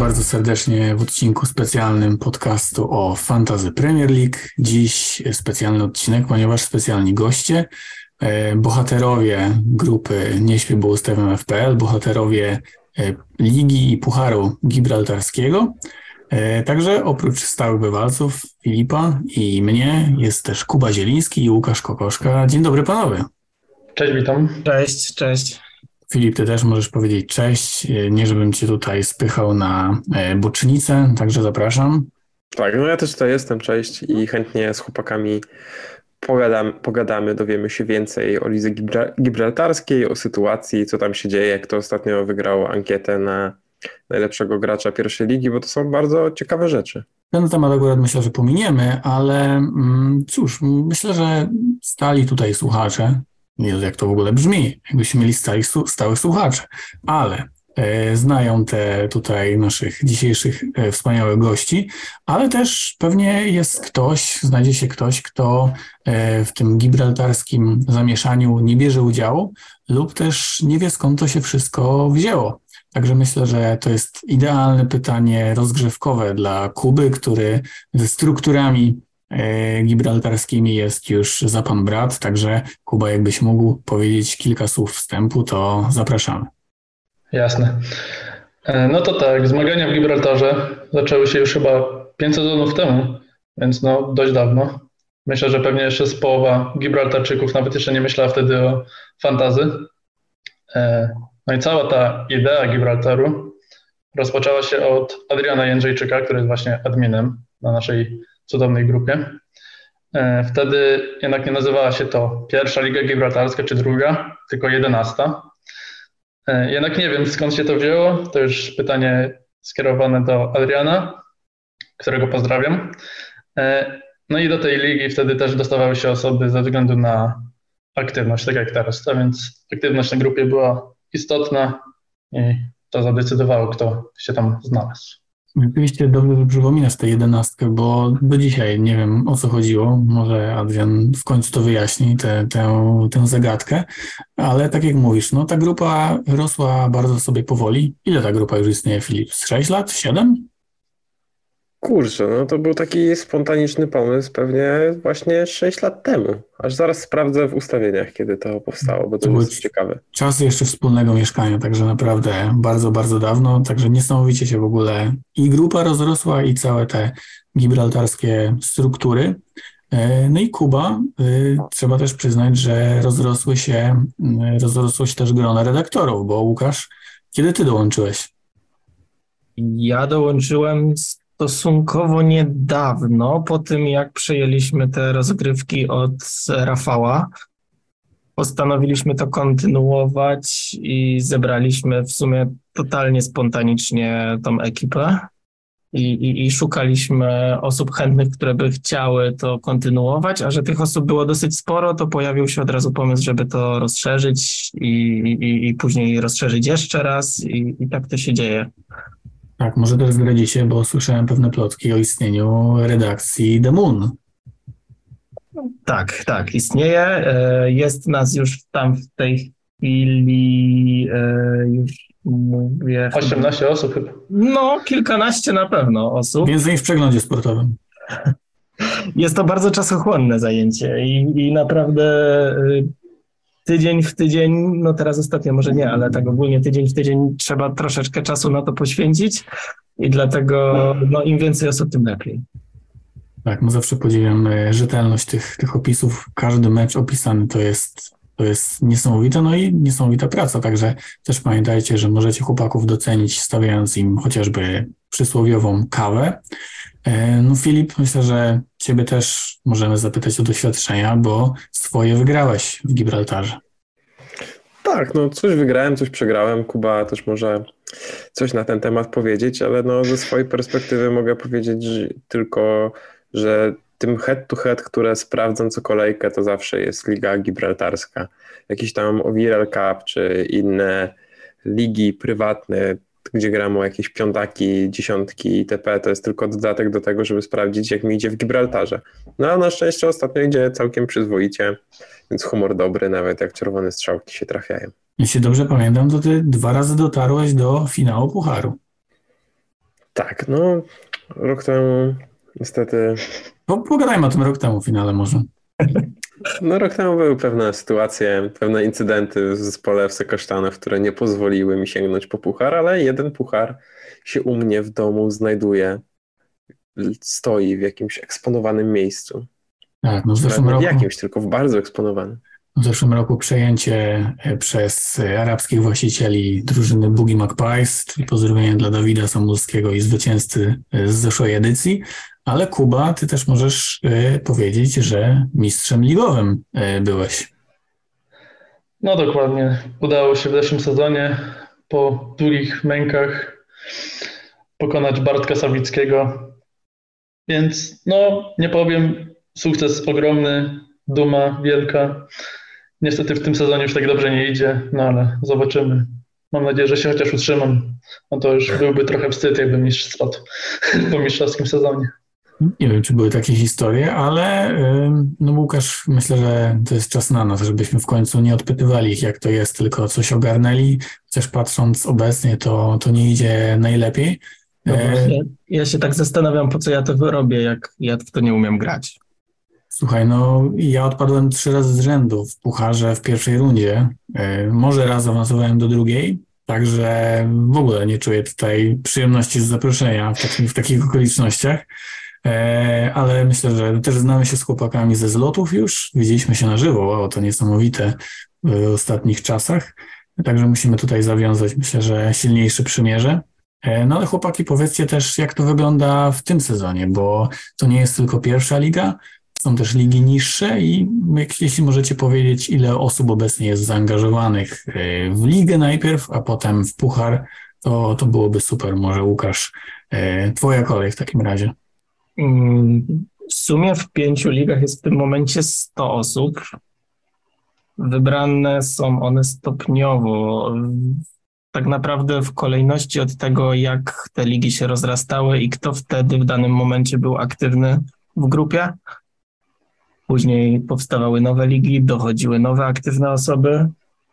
bardzo serdecznie w odcinku specjalnym podcastu o Fantasy Premier League. Dziś specjalny odcinek, ponieważ specjalni goście, bohaterowie grupy Nie śpię, bo ustawiam FPL, bohaterowie Ligi i Pucharu Gibraltarskiego. Także oprócz stałych bywalców Filipa i mnie jest też Kuba Zieliński i Łukasz Kokoszka. Dzień dobry panowie. Cześć, witam. Cześć. Filip, ty też możesz powiedzieć cześć, nie żebym cię tutaj spychał na bocznicę, także zapraszam. Tak, no ja też tutaj jestem, cześć i chętnie z chłopakami pogadamy, dowiemy się więcej o lidze gibraltarskiej, o sytuacji, co tam się dzieje, kto ostatnio wygrał ankietę na najlepszego gracza pierwszej ligi, bo to są bardzo ciekawe rzeczy. Ten temat akurat myślę, że pominiemy, ale cóż, myślę, że stali tutaj słuchacze, jak to w ogóle brzmi, jakbyśmy mieli stałych słuchaczy, ale znają te tutaj naszych dzisiejszych wspaniałych gości, ale też pewnie znajdzie się ktoś, kto w tym gibraltarskim zamieszaniu nie bierze udziału lub też nie wie, skąd to się wszystko wzięło. Także myślę, że to jest idealne pytanie rozgrzewkowe dla Kuby, który ze strukturami gibraltarskimi jest już za pan brat, także Kuba, jakbyś mógł powiedzieć kilka słów wstępu, to zapraszamy. Jasne. No to tak, zmagania w Gibraltarze zaczęły się już chyba 5 sezonów temu, więc dość dawno. Myślę, że pewnie jeszcze z połowa Gibraltarczyków nawet jeszcze nie myślała wtedy o fantasy. No i cała ta idea Gibraltaru rozpoczęła się od Adriana Jędrzejczyka, który jest właśnie adminem na naszej cudownej grupie. Wtedy jednak nie nazywała się to pierwsza Liga Gibraltarska czy druga, tylko 11. Jednak nie wiem, skąd się to wzięło. To już pytanie skierowane do Adriana, którego pozdrawiam. No i do tej ligi wtedy też dostawały się osoby ze względu na aktywność, tak jak teraz. A więc aktywność na grupie była istotna i to zadecydowało, kto się tam znalazł. Rzeczywiście dobrze, że przypominasz tę 11, bo do dzisiaj nie wiem, o co chodziło. Może Adrian w końcu to wyjaśni, tę zagadkę, ale tak jak mówisz, ta grupa rosła bardzo sobie powoli. Ile ta grupa już istnieje, Filip? Z 6 lat? 7? Kurczę, to był taki spontaniczny pomysł pewnie właśnie 6 lat temu. Aż zaraz sprawdzę w ustawieniach, kiedy to powstało, bo to jest ciekawe. Czasy jeszcze wspólnego mieszkania, także naprawdę bardzo, bardzo dawno. Także niesamowicie się w ogóle i grupa rozrosła i całe te gibraltarskie struktury. No i Kuba, trzeba też przyznać, że rozrosło się też grono redaktorów, bo Łukasz, kiedy ty dołączyłeś? Ja dołączyłem stosunkowo niedawno, po tym jak przejęliśmy te rozgrywki od Rafała. Postanowiliśmy to kontynuować i zebraliśmy w sumie totalnie spontanicznie tą ekipę i szukaliśmy osób chętnych, które by chciały to kontynuować, a że tych osób było dosyć sporo, to pojawił się od razu pomysł, żeby to rozszerzyć i później rozszerzyć jeszcze raz i tak to się dzieje. Tak, może też zdradzicie, bo słyszałem pewne plotki o istnieniu redakcji The Moon. Tak, istnieje. Jest nas już tam w tej chwili, już mówię... 18 osób chyba. Kilkanaście na pewno osób. Więcej niż w przeglądzie sportowym. Jest to bardzo czasochłonne zajęcie i naprawdę... Tydzień w tydzień, teraz ostatnio może nie, ale tak ogólnie tydzień w tydzień trzeba troszeczkę czasu na to poświęcić i dlatego im więcej osób, tym lepiej. Tak, zawsze podziwiam rzetelność tych opisów. Każdy mecz opisany to jest niesamowite, i niesamowita praca, także też pamiętajcie, że możecie chłopaków docenić, stawiając im chociażby przysłowiową kawę. Filip, myślę, że ciebie też możemy zapytać o doświadczenia, bo swoje wygrałeś w Gibraltarze. Tak, coś wygrałem, coś przegrałem. Kuba też może coś na ten temat powiedzieć, ale ze swojej perspektywy mogę powiedzieć że tym head to head, które sprawdzam co kolejkę, to zawsze jest Liga Gibraltarska. Jakiś tam Oviral Cup czy inne ligi prywatne, gdzie gram o jakieś piątaki, dziesiątki itp. To jest tylko dodatek do tego, żeby sprawdzić, jak mi idzie w Gibraltarze. A na szczęście ostatnio idzie całkiem przyzwoicie, więc humor dobry, nawet jak czerwone strzałki się trafiają. Jeśli dobrze pamiętam, to ty 2 razy dotarłeś do finału Pucharu. Tak, no rok temu niestety... Pogadajmy o tym rok temu w finale może. No rok temu były pewne sytuacje, pewne incydenty w zespole FC Kasztanów, które nie pozwoliły mi sięgnąć po puchar, ale jeden puchar się u mnie w domu znajduje, stoi w jakimś eksponowanym miejscu. Tak, no w Nawet zeszłym nie w roku. jakimś, tylko w bardzo eksponowanym. W zeszłym roku przejęcie przez arabskich właścicieli drużyny Boogie Magpies, czyli pozdrowienia dla Dawida Samulskiego i zwycięzcy z zeszłej edycji. Ale Kuba, ty też możesz powiedzieć, że mistrzem ligowym byłeś. No dokładnie. Udało się w zeszłym sezonie po długich mękach pokonać Bartka Sawickiego. Więc no nie powiem, sukces ogromny, duma wielka. Niestety w tym sezonie już tak dobrze nie idzie, no ale zobaczymy. Mam nadzieję, że się chociaż utrzymam. No to już byłby trochę wstyd, jakby mistrz spadł po mistrzowskim sezonie. Nie wiem, czy były takie historie, ale no Łukasz, myślę, że to jest czas na nas, żebyśmy w końcu nie odpytywali ich, jak to jest, tylko coś ogarnęli. Chociaż patrząc obecnie, to nie idzie najlepiej. No właśnie, ja się tak zastanawiam, po co ja to robię, jak ja w to nie umiem grać. Słuchaj, no ja odpadłem 3 razy z rzędu w pucharze w pierwszej rundzie. Może raz awansowałem do drugiej, także w ogóle nie czuję tutaj przyjemności z zaproszenia w takich okolicznościach. Ale myślę, że też znamy się z chłopakami ze zlotów już. Widzieliśmy się na żywo, to niesamowite w ostatnich czasach. Także musimy tutaj zawiązać, myślę, że silniejsze przymierze. No ale chłopaki, powiedzcie też, jak to wygląda w tym sezonie, bo to nie jest tylko pierwsza liga, są też ligi niższe i jeśli możecie powiedzieć, ile osób obecnie jest zaangażowanych w ligę najpierw, a potem w puchar, to byłoby super. Może Łukasz, twoja kolej w takim razie. W sumie w 5 ligach jest w tym momencie 100 osób. Wybrane są one stopniowo. Tak naprawdę w kolejności od tego, jak te ligi się rozrastały i kto wtedy w danym momencie był aktywny w grupie. Później powstawały nowe ligi, dochodziły nowe aktywne osoby.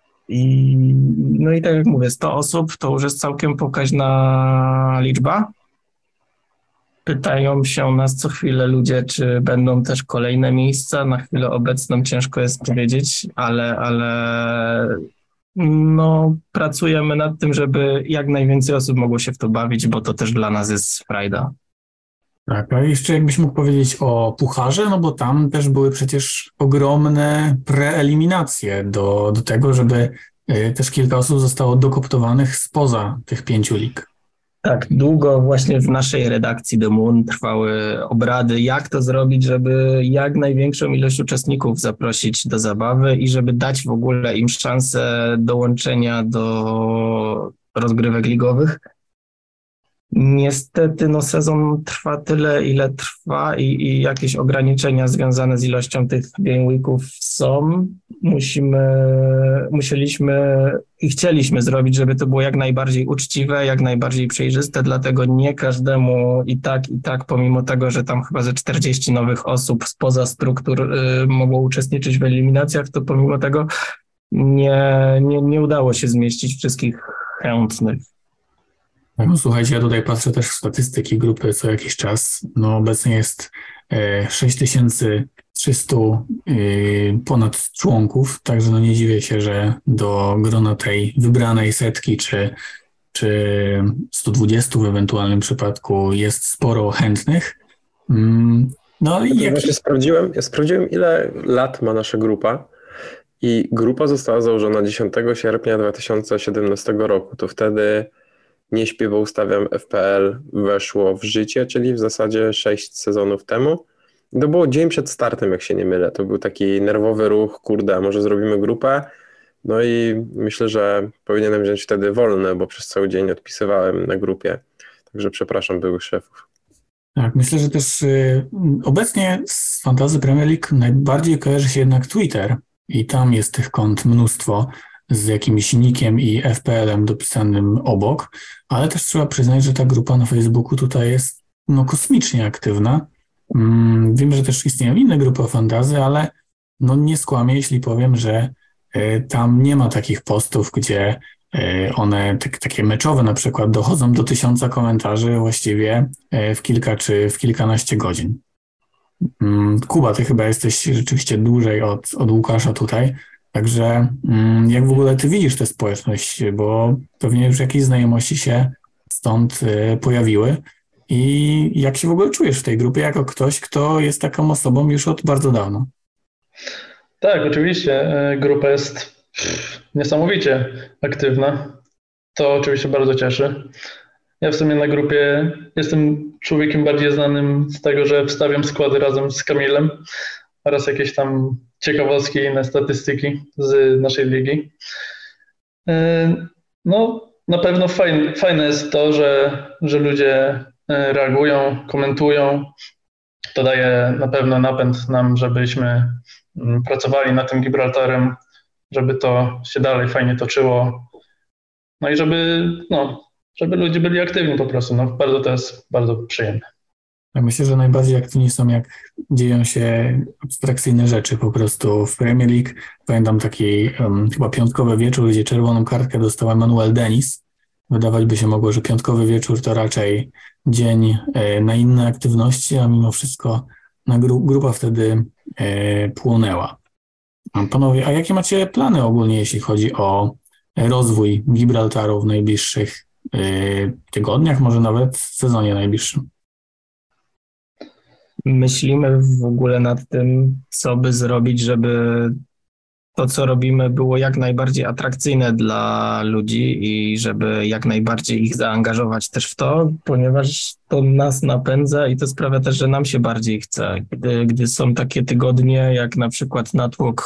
No i tak jak mówię, 100 osób to już jest całkiem pokaźna liczba. Pytają się nas co chwilę ludzie, czy będą też kolejne miejsca. Na chwilę obecną ciężko jest powiedzieć, ale no, pracujemy nad tym, żeby jak najwięcej osób mogło się w to bawić, bo to też dla nas jest frajda. Tak, a jeszcze jakbyś mógł powiedzieć o pucharze, no bo tam też były przecież ogromne preeliminacje do tego, żeby też kilka osób zostało dokoptowanych spoza tych 5 lig. Tak, długo właśnie w naszej redakcji The Moon trwały obrady, jak to zrobić, żeby jak największą ilość uczestników zaprosić do zabawy i żeby dać w ogóle im szansę dołączenia do rozgrywek ligowych. Niestety sezon trwa tyle, ile trwa i jakieś ograniczenia związane z ilością tych game weeków są. Musieliśmy i chcieliśmy zrobić, żeby to było jak najbardziej uczciwe, jak najbardziej przejrzyste, dlatego nie każdemu i tak, pomimo tego, że tam chyba ze 40 nowych osób spoza struktur mogło uczestniczyć w eliminacjach, to pomimo tego nie udało się zmieścić wszystkich chętnych. No, słuchajcie, ja tutaj patrzę też w statystyki grupy co jakiś czas. No obecnie jest 6300 ponad członków, także no nie dziwię się, że do grona tej wybranej setki czy 120 w ewentualnym przypadku jest sporo chętnych. No i ja właśnie sprawdziłem, ile lat ma nasza grupa i grupa została założona 10 sierpnia 2017 roku. To wtedy Nie śpię, bo ustawiam FPL weszło w życie, czyli w zasadzie 6 sezonów temu. To było dzień przed startem, jak się nie mylę. To był taki nerwowy ruch, kurde, a może zrobimy grupę? No i myślę, że powinienem wziąć wtedy wolne, bo przez cały dzień odpisywałem na grupie. Także przepraszam byłych szefów. Tak, myślę, że też obecnie z Fantasy Premier League najbardziej kojarzy się jednak Twitter i tam jest tych kont mnóstwo z jakimś nickiem i FPL-em dopisanym obok, ale też trzeba przyznać, że ta grupa na Facebooku tutaj jest kosmicznie aktywna. Wiem, że też istnieją inne grupy o fantasy, ale nie skłamię, jeśli powiem, że tam nie ma takich postów, gdzie one takie meczowe na przykład dochodzą do 1000 komentarzy właściwie w kilka czy w kilkanaście godzin. Kuba, ty chyba jesteś rzeczywiście dłużej od Łukasza tutaj, także jak w ogóle ty widzisz tę społeczność, bo pewnie już jakieś znajomości się stąd pojawiły i jak się w ogóle czujesz w tej grupie jako ktoś, kto jest taką osobą już od bardzo dawna? Tak, oczywiście. Grupa jest niesamowicie aktywna. To oczywiście bardzo cieszy. Ja w sumie na grupie jestem człowiekiem bardziej znanym z tego, że wstawiam składy razem z Kamilem oraz jakieś tam ciekawostki i inne statystyki z naszej ligi. No, na pewno fajne jest to, że ludzie reagują, komentują. To daje na pewno napęd nam, żebyśmy pracowali nad tym Gibraltarem, żeby to się dalej fajnie toczyło. No i żeby ludzie byli aktywni po prostu. No, to jest bardzo przyjemne. Ja myślę, że najbardziej aktywni są, jak dzieją się abstrakcyjne rzeczy po prostu w Premier League. Pamiętam taki chyba piątkowy wieczór, gdzie czerwoną kartkę dostał Emmanuel Dennis. Wydawać by się mogło, że piątkowy wieczór to raczej dzień na inne aktywności, a mimo wszystko grupa wtedy płonęła. Panowie, a jakie macie plany ogólnie, jeśli chodzi o rozwój Gibraltaru w najbliższych tygodniach, może nawet w sezonie najbliższym? Myślimy w ogóle nad tym, co by zrobić, żeby to, co robimy, było jak najbardziej atrakcyjne dla ludzi i żeby jak najbardziej ich zaangażować też w to, ponieważ to nas napędza i to sprawia też, że nam się bardziej chce. Gdy są takie tygodnie, jak na przykład natłok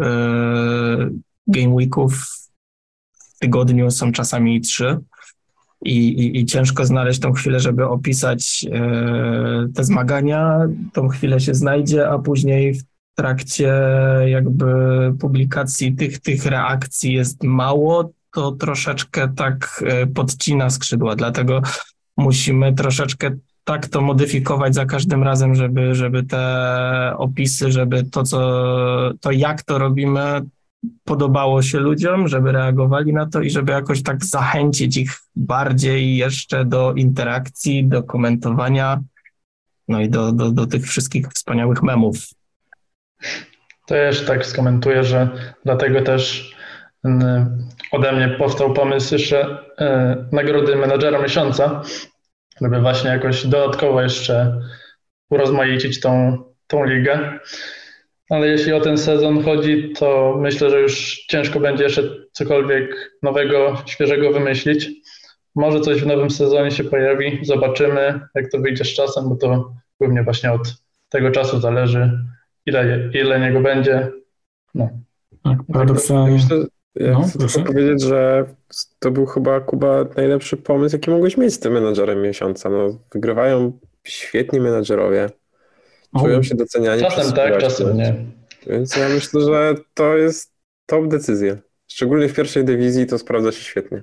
game weeków w tygodniu są czasami 3 i ciężko znaleźć tą chwilę, żeby opisać te zmagania. Tą chwilę się znajdzie, a później w trakcie jakby publikacji tych reakcji jest mało, to troszeczkę tak podcina skrzydła, dlatego musimy troszeczkę tak to modyfikować za każdym razem, żeby te opisy, żeby to jak to robimy podobało się ludziom, żeby reagowali na to i żeby jakoś tak zachęcić ich bardziej jeszcze do interakcji, do komentowania, no i do tych wszystkich wspaniałych memów. To ja jeszcze tak skomentuję, że dlatego też ode mnie powstał pomysł jeszcze nagrody menadżera miesiąca, żeby właśnie jakoś dodatkowo jeszcze urozmaicić tą ligę. Ale jeśli o ten sezon chodzi, to myślę, że już ciężko będzie jeszcze cokolwiek nowego, świeżego wymyślić. Może coś w nowym sezonie się pojawi, zobaczymy, jak to wyjdzie z czasem, bo to głównie właśnie od tego czasu zależy, ile niego będzie. No. Tak, paradoksalnie. Chcę powiedzieć, że to był chyba, Kuba, najlepszy pomysł, jaki mogłeś mieć z tym menadżerem miesiąca. No, wygrywają świetni menadżerowie. Czują się doceniani. Czasem tak, czasem nie. Więc ja myślę, że to jest top decyzja. Szczególnie w pierwszej dywizji to sprawdza się świetnie.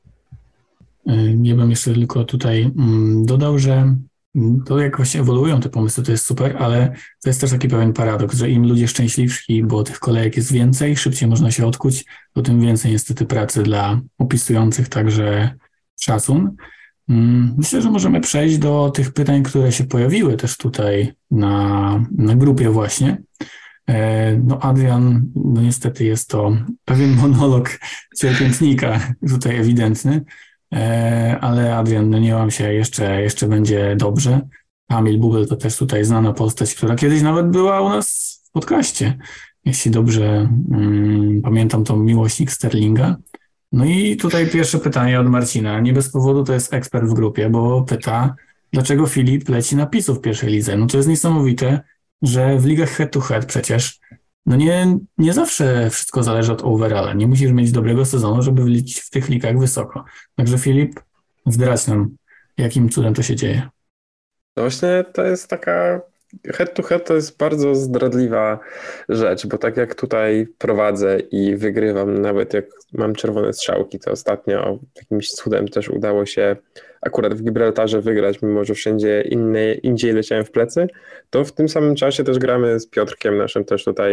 Ja bym jeszcze tylko tutaj dodał, że to jak właśnie ewoluują te pomysły, to jest super, ale to jest też taki pewien paradoks, że im ludzie szczęśliwsi, bo tych kolejek jest więcej, szybciej można się odkuć, to tym więcej niestety pracy dla opisujących, także szacun. Myślę, że możemy przejść do tych pytań, które się pojawiły też tutaj na grupie właśnie. No Adrian, no niestety jest to pewien monolog cierpiętnika tutaj ewidentny, ale Adrian, no nie łam się, jeszcze będzie dobrze. Kamil Bubel to też tutaj znana postać, która kiedyś nawet była u nas w podcaście, jeśli dobrze pamiętam, to miłośnik Sterlinga. No i tutaj pierwsze pytanie od Marcina. Nie bez powodu to jest ekspert w grupie, bo pyta, dlaczego Filip leci na PiS-u w pierwszej lidze. No to jest niesamowite, że w ligach head-to-head przecież no nie zawsze wszystko zależy od overalla. Nie musisz mieć dobrego sezonu, żeby wliczyć w tych ligach wysoko. Także Filip, zdradź nam, jakim cudem to się dzieje. No właśnie to jest taka head-to-head to jest bardzo zdradliwa rzecz, bo tak jak tutaj prowadzę i wygrywam, nawet jak mam czerwone strzałki, to ostatnio jakimś cudem też udało się akurat w Gibraltarze wygrać, mimo że wszędzie indziej leciałem w plecy, to w tym samym czasie też gramy z Piotrkiem, naszym też tutaj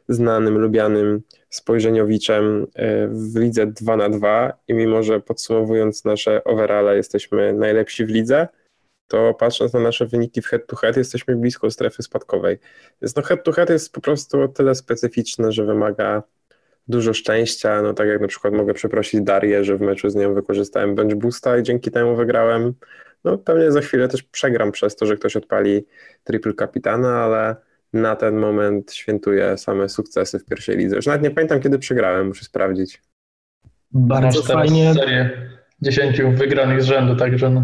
znanym, lubianym spojrzeniowiczem w lidze 2-2 i mimo, że podsumowując nasze overale jesteśmy najlepsi w lidze, to patrząc na nasze wyniki w head-to-head jesteśmy blisko strefy spadkowej. Więc no head-to-head jest po prostu o tyle specyficzne, że wymaga dużo szczęścia, no tak jak na przykład mogę przeprosić Darię, że w meczu z nią wykorzystałem bench boosta i dzięki temu wygrałem. No pewnie za chwilę też przegram przez to, że ktoś odpali triple kapitana, ale na ten moment świętuję same sukcesy w pierwszej lidze. Już nawet nie pamiętam, kiedy przegrałem, muszę sprawdzić. Bardzo Masz teraz fajnie. serię 10 wygranych z rzędu, także no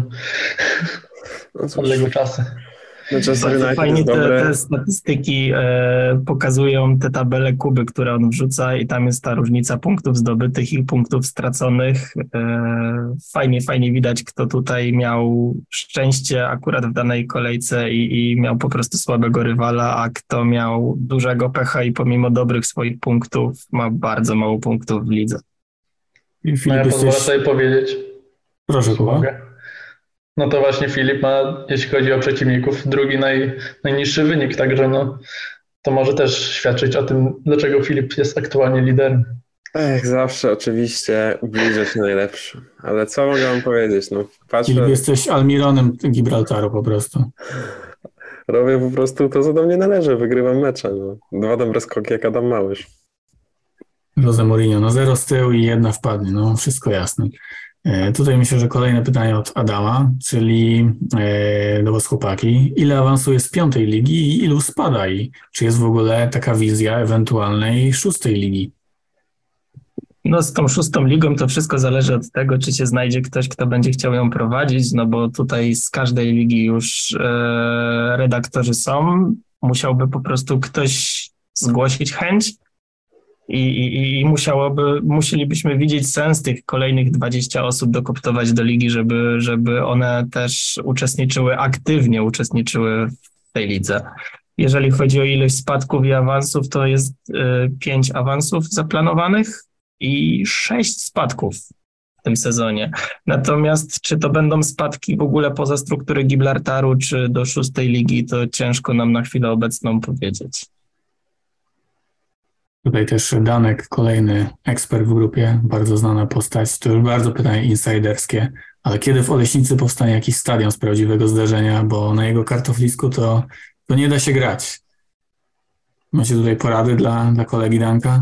odległe czasy. Manchester Bardzo United fajnie jest dobre. te statystyki pokazują te tabele Kuby, które on wrzuca i tam jest ta różnica punktów zdobytych i punktów straconych. Fajnie widać, kto tutaj miał szczęście akurat w danej kolejce i miał po prostu słabego rywala, a kto miał dużego pecha i pomimo dobrych swoich punktów ma bardzo mało punktów w lidze. No ja Filip, pozwolę sobie powiedzieć. Proszę, Kuba. Mogę. No to właśnie Filip ma, jeśli chodzi o przeciwników, drugi najniższy wynik, także no to może też świadczyć o tym, dlaczego Filip jest aktualnie liderem. Zawsze oczywiście bliżej się najlepszy. Ale co mogę wam powiedzieć? No, patrzę, Filip, jesteś Almironem Gibraltaru po prostu. robię po prostu to, co do mnie należy. Wygrywam mecze. No. 2 dobre skoki jak Adam Małysz. Jose Mourinho, no 0 z tyłu i 1 wpadnie, no wszystko jasne. Tutaj myślę, że kolejne pytanie od Adama, czyli do was chłopaki. Ile awansuje z 5. ligi i ilu spada? I czy jest w ogóle taka wizja ewentualnej 6. ligi? No z tą 6. ligą to wszystko zależy od tego, czy się znajdzie ktoś, kto będzie chciał ją prowadzić, no bo tutaj z każdej ligi już redaktorzy są. Musiałby po prostu ktoś zgłosić chęć i musielibyśmy widzieć sens tych kolejnych 20 osób dokoptować do ligi, żeby one też aktywnie uczestniczyły w tej lidze. Jeżeli chodzi o ilość spadków i awansów, to jest 5 awansów zaplanowanych i 6 spadków w tym sezonie. Natomiast czy to będą spadki w ogóle poza struktury Gibraltaru, czy do 6. ligi, to ciężko nam na chwilę obecną powiedzieć. Tutaj też Danek, kolejny ekspert w grupie, bardzo znana postać. To już bardzo pytanie insiderskie, ale kiedy w Oleśnicy powstanie jakiś stadion z prawdziwego zdarzenia, bo na jego kartoflisku to nie da się grać. Macie tutaj porady dla kolegi Danka?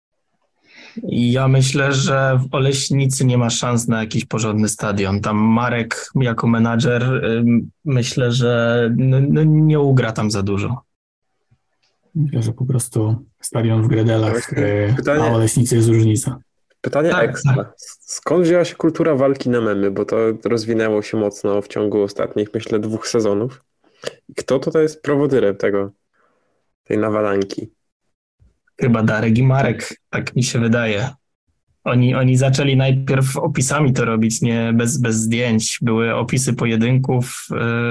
Ja myślę, że w Oleśnicy nie ma szans na jakiś porządny stadion. Tam Marek jako menadżer myślę, że nie ugra tam za dużo. Myślę, że po prostu stadion w Gredelach, Pytanie, a Oleśnicy jest różnica. Pytanie Tak, ekstra. tak. Skąd wzięła się kultura walki na memy? Bo to rozwinęło się mocno w ciągu ostatnich, myślę, 2 sezonów. I kto tutaj jest prowodyrem tej nawalanki? Chyba Darek i Marek, tak mi się wydaje. Oni zaczęli najpierw opisami to robić, nie bez zdjęć. Były opisy pojedynków.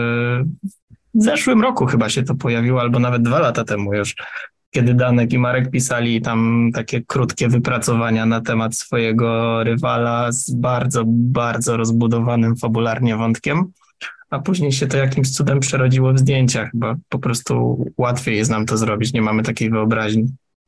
W zeszłym roku chyba się to pojawiło, albo nawet 2 lata temu już, kiedy Danek i Marek pisali tam takie krótkie wypracowania na temat swojego rywala z bardzo, bardzo rozbudowanym fabularnie wątkiem, a później się to jakimś cudem przerodziło w zdjęciach, bo po prostu łatwiej jest nam to zrobić, nie mamy takiej wyobraźni.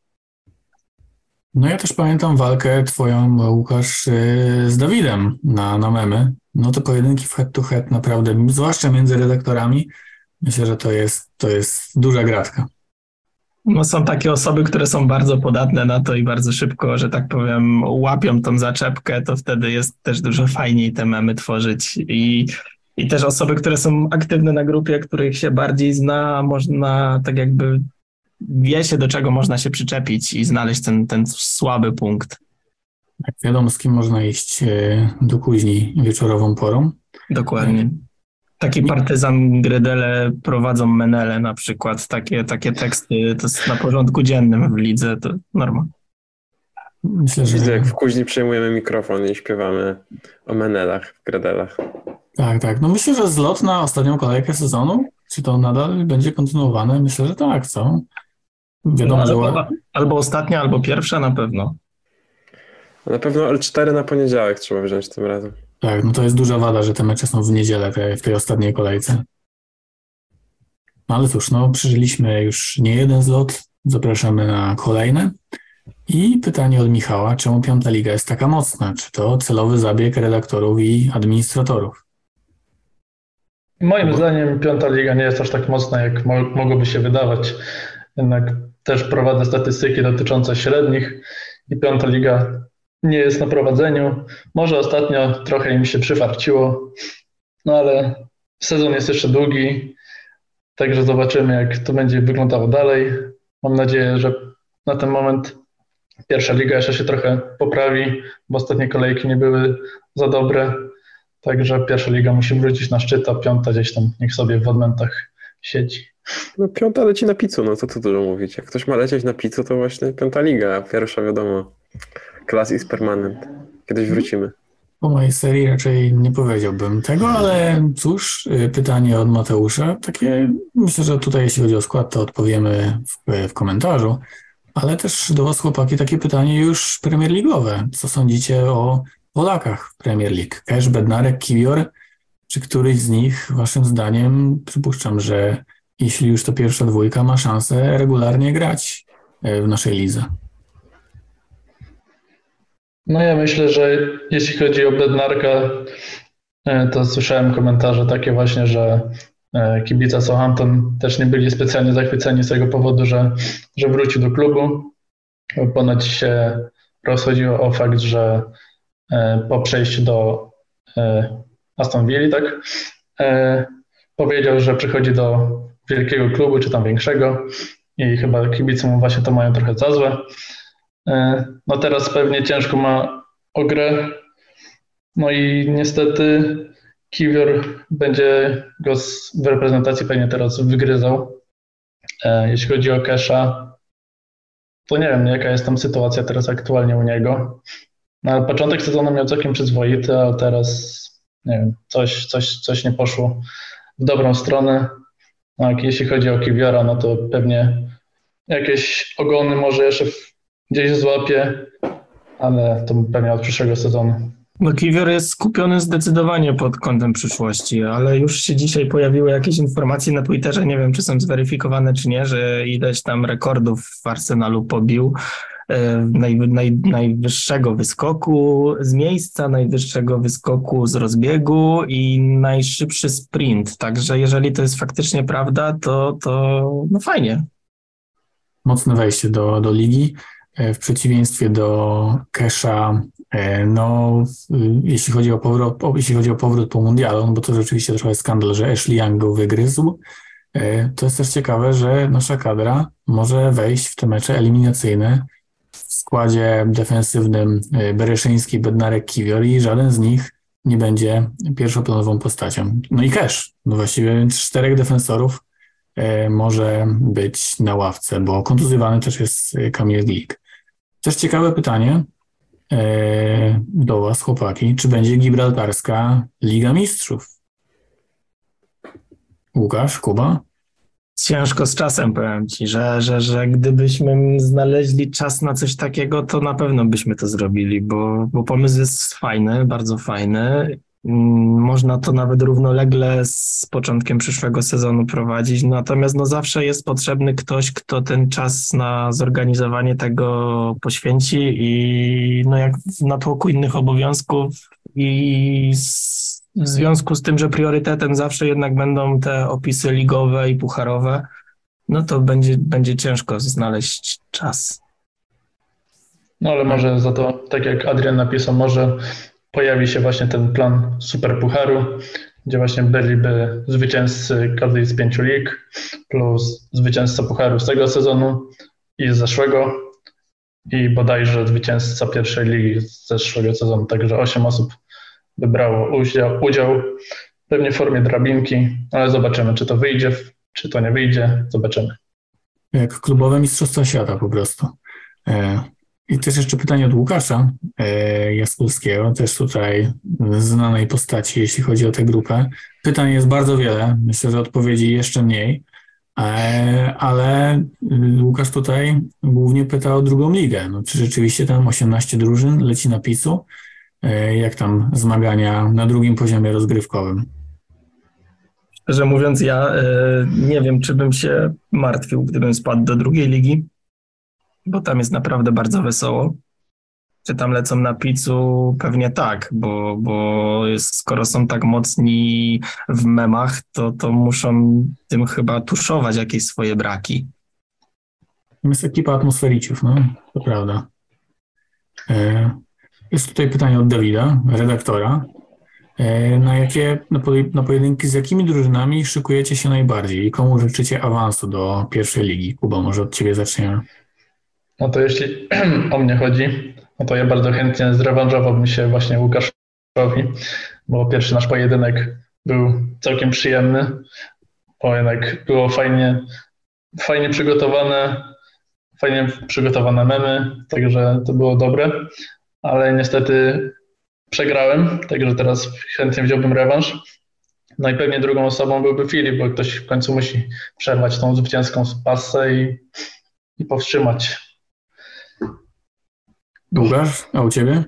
No ja też pamiętam walkę twoją, Łukasz, z Dawidem na memy. No te pojedynki w head-to-head naprawdę, zwłaszcza między redaktorami, myślę, że to jest duża gratka. No są takie osoby, które są bardzo podatne na to i bardzo szybko, że tak powiem, łapią tą zaczepkę, to wtedy jest też dużo fajniej te memy tworzyć i też osoby, które są aktywne na grupie, których się bardziej zna, można tak jakby wie się, do czego można się przyczepić i znaleźć ten słaby punkt. Jak wiadomo, z kim można iść do kuźni wieczorową porą. Dokładnie. Taki partyzan Gredele prowadzą Menele na przykład. Takie teksty to jest na porządku dziennym w lidze, to norma. Myślę, że... Widzę, jak w kuźni przejmujemy mikrofon i śpiewamy o Menelach w Gredelach. Tak. No myślę, że zlot na ostatnią kolejkę sezonu, czy to nadal będzie kontynuowane? Myślę, że tak, co? Wiadomo, że... Albo ostatnia, albo pierwsza na pewno. Na pewno L4 na poniedziałek trzeba wziąć tym razem. Tak, no to jest duża wada, że te mecze są w niedzielę w tej ostatniej kolejce. No ale cóż, no przeżyliśmy już nie jeden zlot, zapraszamy na kolejne. I pytanie od Michała, czemu 5. liga jest taka mocna? Czy to celowy zabieg redaktorów i administratorów? Moim zdaniem 5. liga nie jest aż tak mocna, jak mogłoby się wydawać. Jednak też prowadzę statystyki dotyczące średnich i 5. liga nie jest na prowadzeniu. Może ostatnio trochę im się przyfarciło, no ale sezon jest jeszcze długi, także zobaczymy, jak to będzie wyglądało dalej. Mam nadzieję, że na ten moment 1. liga jeszcze się trochę poprawi, bo ostatnie kolejki nie były za dobre. Także 1. liga musi wrócić na szczyt, a 5. gdzieś tam niech sobie w odmętach siedzi. No 5. leci na pizzu, no co tu dużo mówić. Jak ktoś ma lecieć na pizzu, to właśnie 5. liga, 1. wiadomo. Class is permanent. Kiedyś wrócimy. Po mojej serii raczej nie powiedziałbym tego, ale cóż, pytanie od Mateusza, takie, myślę, że tutaj jeśli chodzi o skład, to odpowiemy w komentarzu, ale też do was, chłopaki, takie pytanie już Premier League'owe. Co sądzicie o Polakach w Premier League? Cash, Bednarek, Kiwior? Czy któryś z nich, waszym zdaniem, przypuszczam, że jeśli już to pierwsza dwójka, ma szansę regularnie grać w naszej lidze? No ja myślę, że jeśli chodzi o Bednarka, to słyszałem komentarze takie właśnie, że kibice Southampton też nie byli specjalnie zachwyceni z tego powodu, że wrócił do klubu. Ponoć się rozchodziło o fakt, że po przejściu do Aston Villa, tak, powiedział, że przychodzi do wielkiego klubu, czy tam większego i chyba kibice mu właśnie to mają trochę za złe. No teraz pewnie ciężko ma o grę, no i niestety Kiwior będzie go w reprezentacji pewnie teraz wygryzał. Jeśli chodzi o Kesha, to nie wiem, jaka jest tam sytuacja teraz aktualnie u niego. No, ale początek sezonu miał całkiem przyzwoity, a teraz nie wiem, coś nie poszło w dobrą stronę. No, jeśli chodzi o Kiwiora, no to pewnie jakieś ogony może jeszcze gdzieś złapie, ale to pewnie od przyszłego sezonu. No Kiwior jest skupiony zdecydowanie pod kątem przyszłości, ale już się dzisiaj pojawiły jakieś informacje na Twitterze, nie wiem czy są zweryfikowane czy nie, że ileś tam rekordów w Arsenalu pobił, najwyższego wyskoku z miejsca, najwyższego wyskoku z rozbiegu i najszybszy sprint, także jeżeli to jest faktycznie prawda, to no fajnie. Mocne wejście do ligi. W przeciwieństwie do Kesha, no jeśli chodzi o powrót po mundialu, no bo to rzeczywiście trochę skandal, że Ashley Young go wygryzł, to jest też ciekawe, że nasza kadra może wejść w te mecze eliminacyjne w składzie defensywnym Bereszyński, Bednarek, Kiwior i żaden z nich nie będzie pierwszoplanową postacią. No i Cash, no właściwie 4 defensorów może być na ławce, bo kontuzjowany też jest Kamil Glik. Też ciekawe pytanie do was, chłopaki, czy będzie Gibraltarska Liga Mistrzów? Łukasz, Kuba? Ciężko z czasem, powiem ci, że gdybyśmy znaleźli czas na coś takiego, to na pewno byśmy to zrobili, bo pomysł jest fajny, bardzo fajny. Można to nawet równolegle z początkiem przyszłego sezonu prowadzić, natomiast no zawsze jest potrzebny ktoś, kto ten czas na zorganizowanie tego poświęci i no jak w natłoku innych obowiązków i w związku z tym, że priorytetem zawsze jednak będą te opisy ligowe i pucharowe, no to będzie ciężko znaleźć czas. No ale może za to, tak jak Adrian napisał, może pojawi się właśnie ten plan Super Pucharu, gdzie właśnie byliby zwycięzcy każdej z 5 lig, plus zwycięzca Pucharu z tego sezonu i z zeszłego i bodajże zwycięzca pierwszej ligi z zeszłego sezonu. Także 8 osób by brało udział pewnie w formie drabinki, ale zobaczymy, czy to wyjdzie, czy to nie wyjdzie, zobaczymy. Jak klubowe mistrzostwa świata po prostu. I też jeszcze pytanie od Łukasza Jaskólskiego, też tutaj znanej postaci, jeśli chodzi o tę grupę. Pytań jest bardzo wiele, myślę, że odpowiedzi jeszcze mniej, ale Łukasz tutaj głównie pyta o drugą ligę. No, czy rzeczywiście tam 18 drużyn leci na PiS-u? Jak tam zmagania na drugim poziomie rozgrywkowym? Szczerze mówiąc, ja nie wiem, czy bym się martwił, gdybym spadł do drugiej ligi. Bo tam jest naprawdę bardzo wesoło. Czy tam lecą na pizzu? Pewnie tak, skoro są tak mocni w memach, to muszą tym chyba tuszować jakieś swoje braki. Jest ekipa atmosfericiów, no, to prawda. Jest tutaj pytanie od Dawida, redaktora. Na pojedynki z jakimi drużynami szykujecie się najbardziej i komu życzycie awansu do pierwszej ligi? Kuba, może od ciebie zaczniemy. No to jeśli o mnie chodzi, no to ja bardzo chętnie zrewanżowałbym się właśnie Łukaszowi, bo pierwszy nasz pojedynek był całkiem przyjemny. Pojedynek było fajnie przygotowane memy, także to było dobre, ale niestety przegrałem, także teraz chętnie wziąłbym rewanż. No i pewnie drugą osobą byłby Filip, bo ktoś w końcu musi przerwać tą zwycięską passę i powstrzymać. Łukasz, a u ciebie?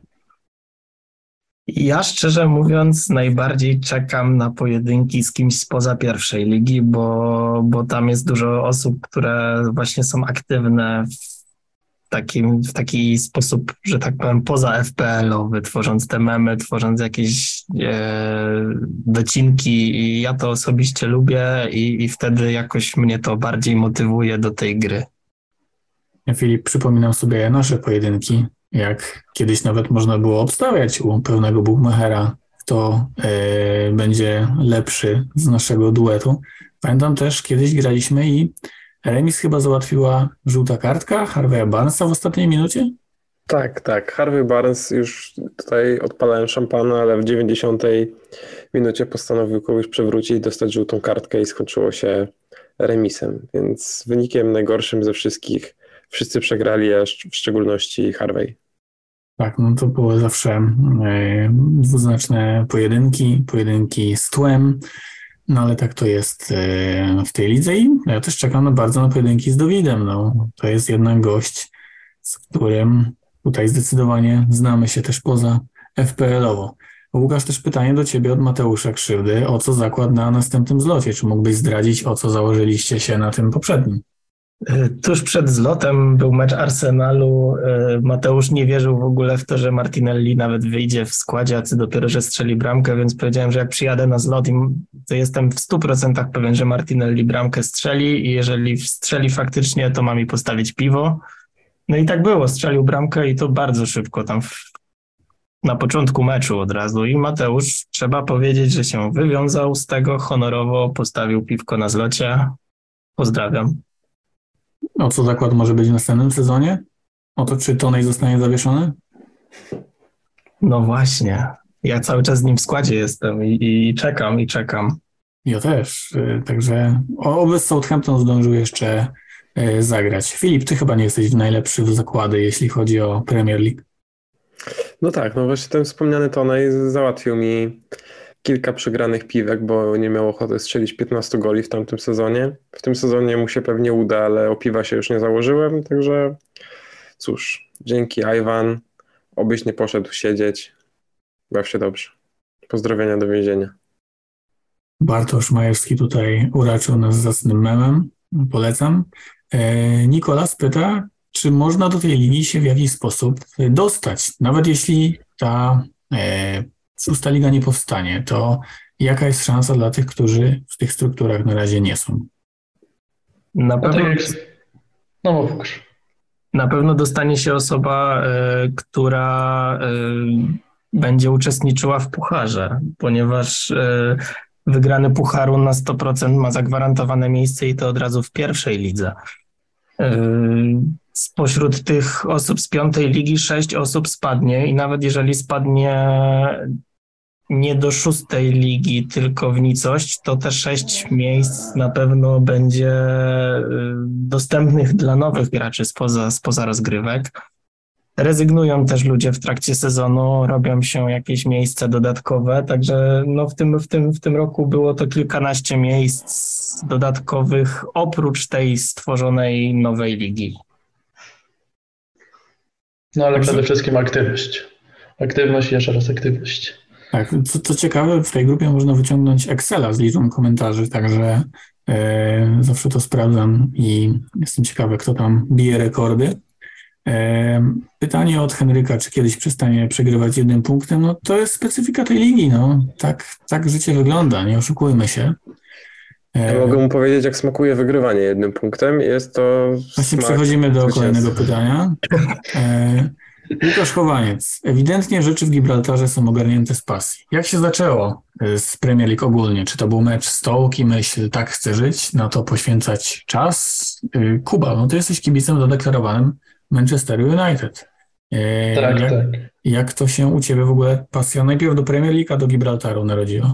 Ja szczerze mówiąc najbardziej czekam na pojedynki z kimś spoza pierwszej ligi, bo tam jest dużo osób, które właśnie są aktywne w taki sposób, że tak powiem, poza FPL-owy, tworząc te memy, tworząc jakieś docinki i ja to osobiście lubię i wtedy jakoś mnie to bardziej motywuje do tej gry. Ja, Filip, przypominam sobie nasze pojedynki, jak kiedyś nawet można było obstawiać u pewnego bookmachera, kto będzie lepszy z naszego duetu. Pamiętam też, kiedyś graliśmy i remis chyba załatwiła żółta kartka Harvey'a Barnesa w ostatniej minucie? Tak. Harvey Barnes już tutaj odpalałem szampana, ale w 90 minucie postanowił kogoś przewrócić, dostać żółtą kartkę i skończyło się remisem. Więc wynikiem najgorszym ze wszystkich. Wszyscy przegrali, a w szczególności Harvey. Tak, no to były zawsze dwuznaczne pojedynki z tłem, no ale tak to jest w tej lidze i ja też czekam bardzo na pojedynki z Dawidem, no. To jest jednak gość, z którym tutaj zdecydowanie znamy się też poza FPL-owo. Łukasz, też pytanie do ciebie od Mateusza Krzywdy, o co zakład na następnym zlocie? Czy mógłbyś zdradzić, o co założyliście się na tym poprzednim? Tuż przed zlotem był mecz Arsenalu. Mateusz nie wierzył w ogóle w to, że Martinelli nawet wyjdzie w składzie, a ty dopiero, że strzeli bramkę, więc powiedziałem, że jak przyjadę na zlot, to jestem w 100% pewien, że Martinelli bramkę strzeli i jeżeli strzeli faktycznie, to ma mi postawić piwo. No i tak było, strzelił bramkę i to bardzo szybko, tam na początku meczu od razu i Mateusz, trzeba powiedzieć, że się wywiązał z tego honorowo, postawił piwko na zlocie. Pozdrawiam. O co zakład może być w następnym sezonie? O to, czy Tonej zostanie zawieszony? No właśnie. Ja cały czas z nim w składzie jestem i czekam. Ja też. Także oby Southampton zdążył jeszcze zagrać. Filip, ty chyba nie jesteś najlepszy w zakłady, jeśli chodzi o Premier League. No tak, no właśnie ten wspomniany Tonej załatwił mi kilka przegranych piwek, bo nie miał ochoty strzelić 15 goli w tamtym sezonie. W tym sezonie mu się pewnie uda, ale o piwa się już nie założyłem, także cóż, dzięki Iwan, obyś nie poszedł siedzieć. Baw się dobrze. Pozdrowienia do więzienia. Bartosz Majewski tutaj uraczył nas zacnym memem. Polecam. Nikolas pyta, czy można do tej ligi się w jakiś sposób dostać? Nawet jeśli ta szósta liga nie powstanie, to jaka jest szansa dla tych, którzy w tych strukturach na razie nie są? Na pewno dostanie się osoba, która będzie uczestniczyła w pucharze, ponieważ wygrany pucharu na 100% ma zagwarantowane miejsce i to od razu w pierwszej lidze. Spośród tych osób z piątej ligi 6 osób spadnie i nawet jeżeli spadnie nie do szóstej ligi, tylko w nicość, to te 6 miejsc na pewno będzie dostępnych dla nowych graczy spoza rozgrywek. Rezygnują też ludzie w trakcie sezonu, robią się jakieś miejsca dodatkowe, także no w tym roku było to kilkanaście miejsc dodatkowych oprócz tej stworzonej nowej ligi. No ale przede wszystkim aktywność. Aktywność i jeszcze raz aktywność. Tak, co ciekawe, w tej grupie można wyciągnąć Excela z liczbą komentarzy, także zawsze to sprawdzam i jestem ciekawy, kto tam bije rekordy. Pytanie od Henryka, czy kiedyś przestanie przegrywać 1 punktem? No to jest specyfika tej ligi, no. Tak życie wygląda, nie oszukujmy się. Ja mogę mu powiedzieć, jak smakuje wygrywanie 1 punktem. Jest to Właśnie smak przechodzimy do zwycięstwa. kolejnego pytania. Łukasz Chowaniec. Ewidentnie rzeczy w Gibraltarze są ogarnięte z pasji. Jak się zaczęło z Premier League ogólnie? Czy to był mecz Stoke i myśl, tak chcę żyć, na to poświęcać czas? Kuba, no ty jesteś kibicem zadeklarowanym Manchester United. Tak. Jak to się u ciebie w ogóle pasja najpierw do Premier League, a do Gibraltaru narodziła?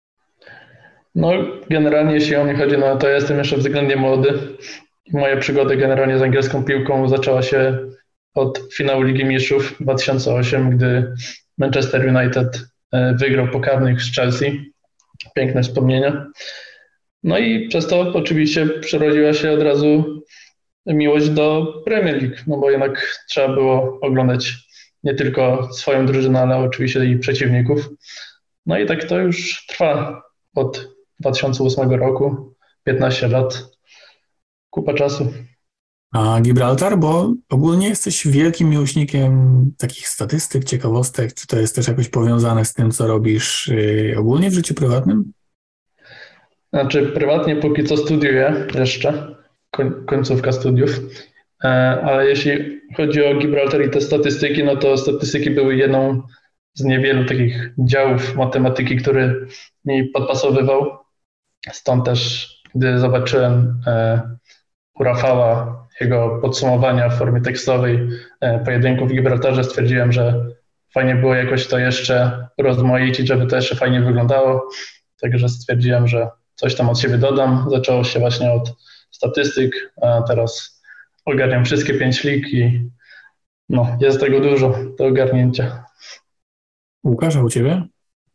No generalnie jeśli o mnie chodzi, no to ja jestem jeszcze względnie młody. Moja przygoda generalnie z angielską piłką zaczęła się od finału Ligi Mistrzów 2008, gdy Manchester United wygrał po karnych z Chelsea. Piękne wspomnienia. No i przez to oczywiście przerodziła się od razu miłość do Premier League, no bo jednak trzeba było oglądać nie tylko swoją drużynę, ale oczywiście i przeciwników. No i tak to już trwa od 2008 roku, 15 lat, kupa czasu. A Gibraltar, bo ogólnie jesteś wielkim miłośnikiem takich statystyk, ciekawostek. Czy to jest też jakoś powiązane z tym, co robisz ogólnie w życiu prywatnym? Znaczy prywatnie póki co studiuję jeszcze, końcówka studiów, ale jeśli chodzi o Gibraltar i te statystyki, no to statystyki były jedną z niewielu takich działów matematyki, który mi podpasowywał. Stąd też, gdy zobaczyłem u Rafała jego podsumowania w formie tekstowej pojedynków w Gibraltarze, stwierdziłem, że fajnie było jakoś to jeszcze rozmaicić, żeby to jeszcze fajnie wyglądało. Także stwierdziłem, że coś tam od siebie dodam. Zaczęło się właśnie od statystyk, a teraz ogarniam wszystkie 5 lig i no, jest tego dużo do ogarnięcia. Łukasz, a u ciebie?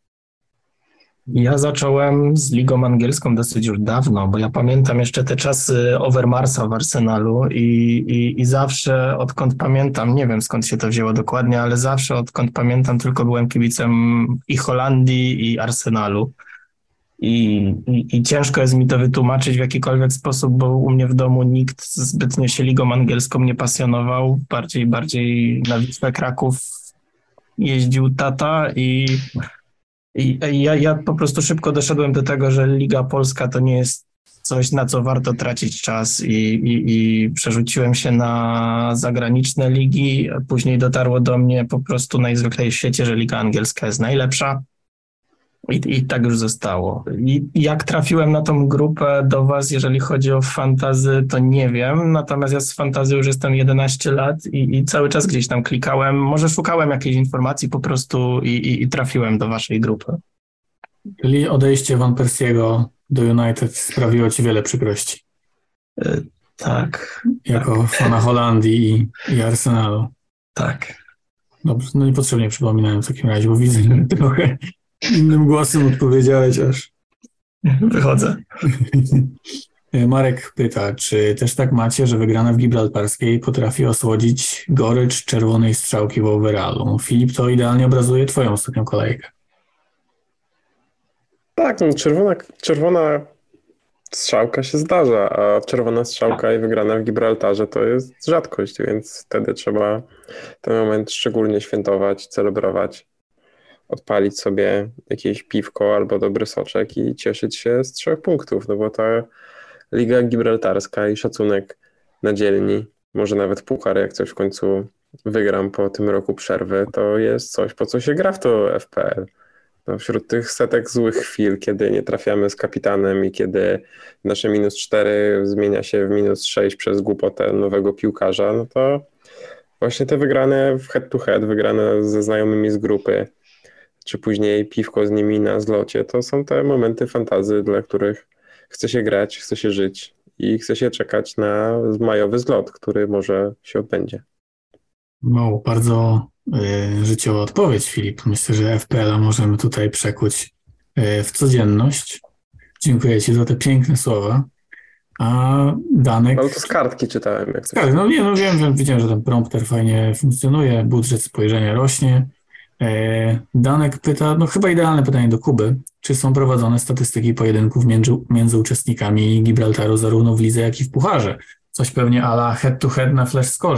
Ja zacząłem z ligą angielską dosyć już dawno, bo ja pamiętam jeszcze te czasy Overmarsa w Arsenalu i zawsze odkąd pamiętam, nie wiem skąd się to wzięło dokładnie, ale zawsze odkąd pamiętam tylko byłem kibicem i Holandii i Arsenalu. I ciężko jest mi to wytłumaczyć w jakikolwiek sposób, bo u mnie w domu nikt zbytnio się ligą angielską nie pasjonował. Bardziej na Wisłę Kraków jeździł tata i ja po prostu szybko doszedłem do tego, że Liga Polska to nie jest coś, na co warto tracić czas i przerzuciłem się na zagraniczne ligi. Później dotarło do mnie po prostu najzwyklej w świecie, że Liga Angielska jest najlepsza. I tak już zostało. I jak trafiłem na tą grupę do was, jeżeli chodzi o fantasy, to nie wiem. Natomiast ja z fantasy już jestem 11 lat i cały czas gdzieś tam klikałem. Może szukałem jakiejś informacji po prostu i trafiłem do waszej grupy. Czyli odejście Van Persiego do United sprawiło ci wiele przykrości. Tak. Jako fana Holandii i Arsenalu. Tak. Dobrze, no niepotrzebnie przypominałem w takim razie, bo widzę, że trochę innym głosem odpowiedziałeś aż. Wychodzę. Marek pyta, czy też tak macie, że wygrana w Gibraltarskiej potrafi osłodzić gorycz czerwonej strzałki w overallu? Filip, to idealnie obrazuje twoją ostatnią kolejkę. Tak, no czerwona strzałka się zdarza, a czerwona strzałka i wygrana w Gibraltarze to jest rzadkość, więc wtedy trzeba ten moment szczególnie świętować, celebrować, odpalić sobie jakieś piwko albo dobry soczek i cieszyć się z 3 punktów, no bo ta Liga Gibraltarska i szacunek na dzielni, może nawet puchar, jak coś w końcu wygram po tym roku przerwy, to jest coś, po co się gra w to FPL. No, wśród tych setek złych chwil, kiedy nie trafiamy z kapitanem i kiedy nasze -4 zmienia się w -6 przez głupotę nowego piłkarza, no to właśnie te wygrane w head-to-head, wygrane ze znajomymi z grupy, czy później piwko z nimi na zlocie, to są te momenty fantazy, dla których chce się grać, chce się żyć i chce się czekać na majowy zlot, który może się odbędzie. No, bardzo życiowa odpowiedź, Filip. Myślę, że FPL-a możemy tutaj przekuć w codzienność. Dziękuję ci za te piękne słowa. A Danek... Ale to z kartki czytałem. Jak Tak, no nie, no wiem, widziałem, że ten prompter fajnie funkcjonuje, budżet spojrzenia rośnie. Danek pyta, no chyba idealne pytanie do Kuby, czy są prowadzone statystyki pojedynków między uczestnikami Gibraltaru zarówno w lidze, jak i w pucharze? Coś pewnie a la head to head na flash score.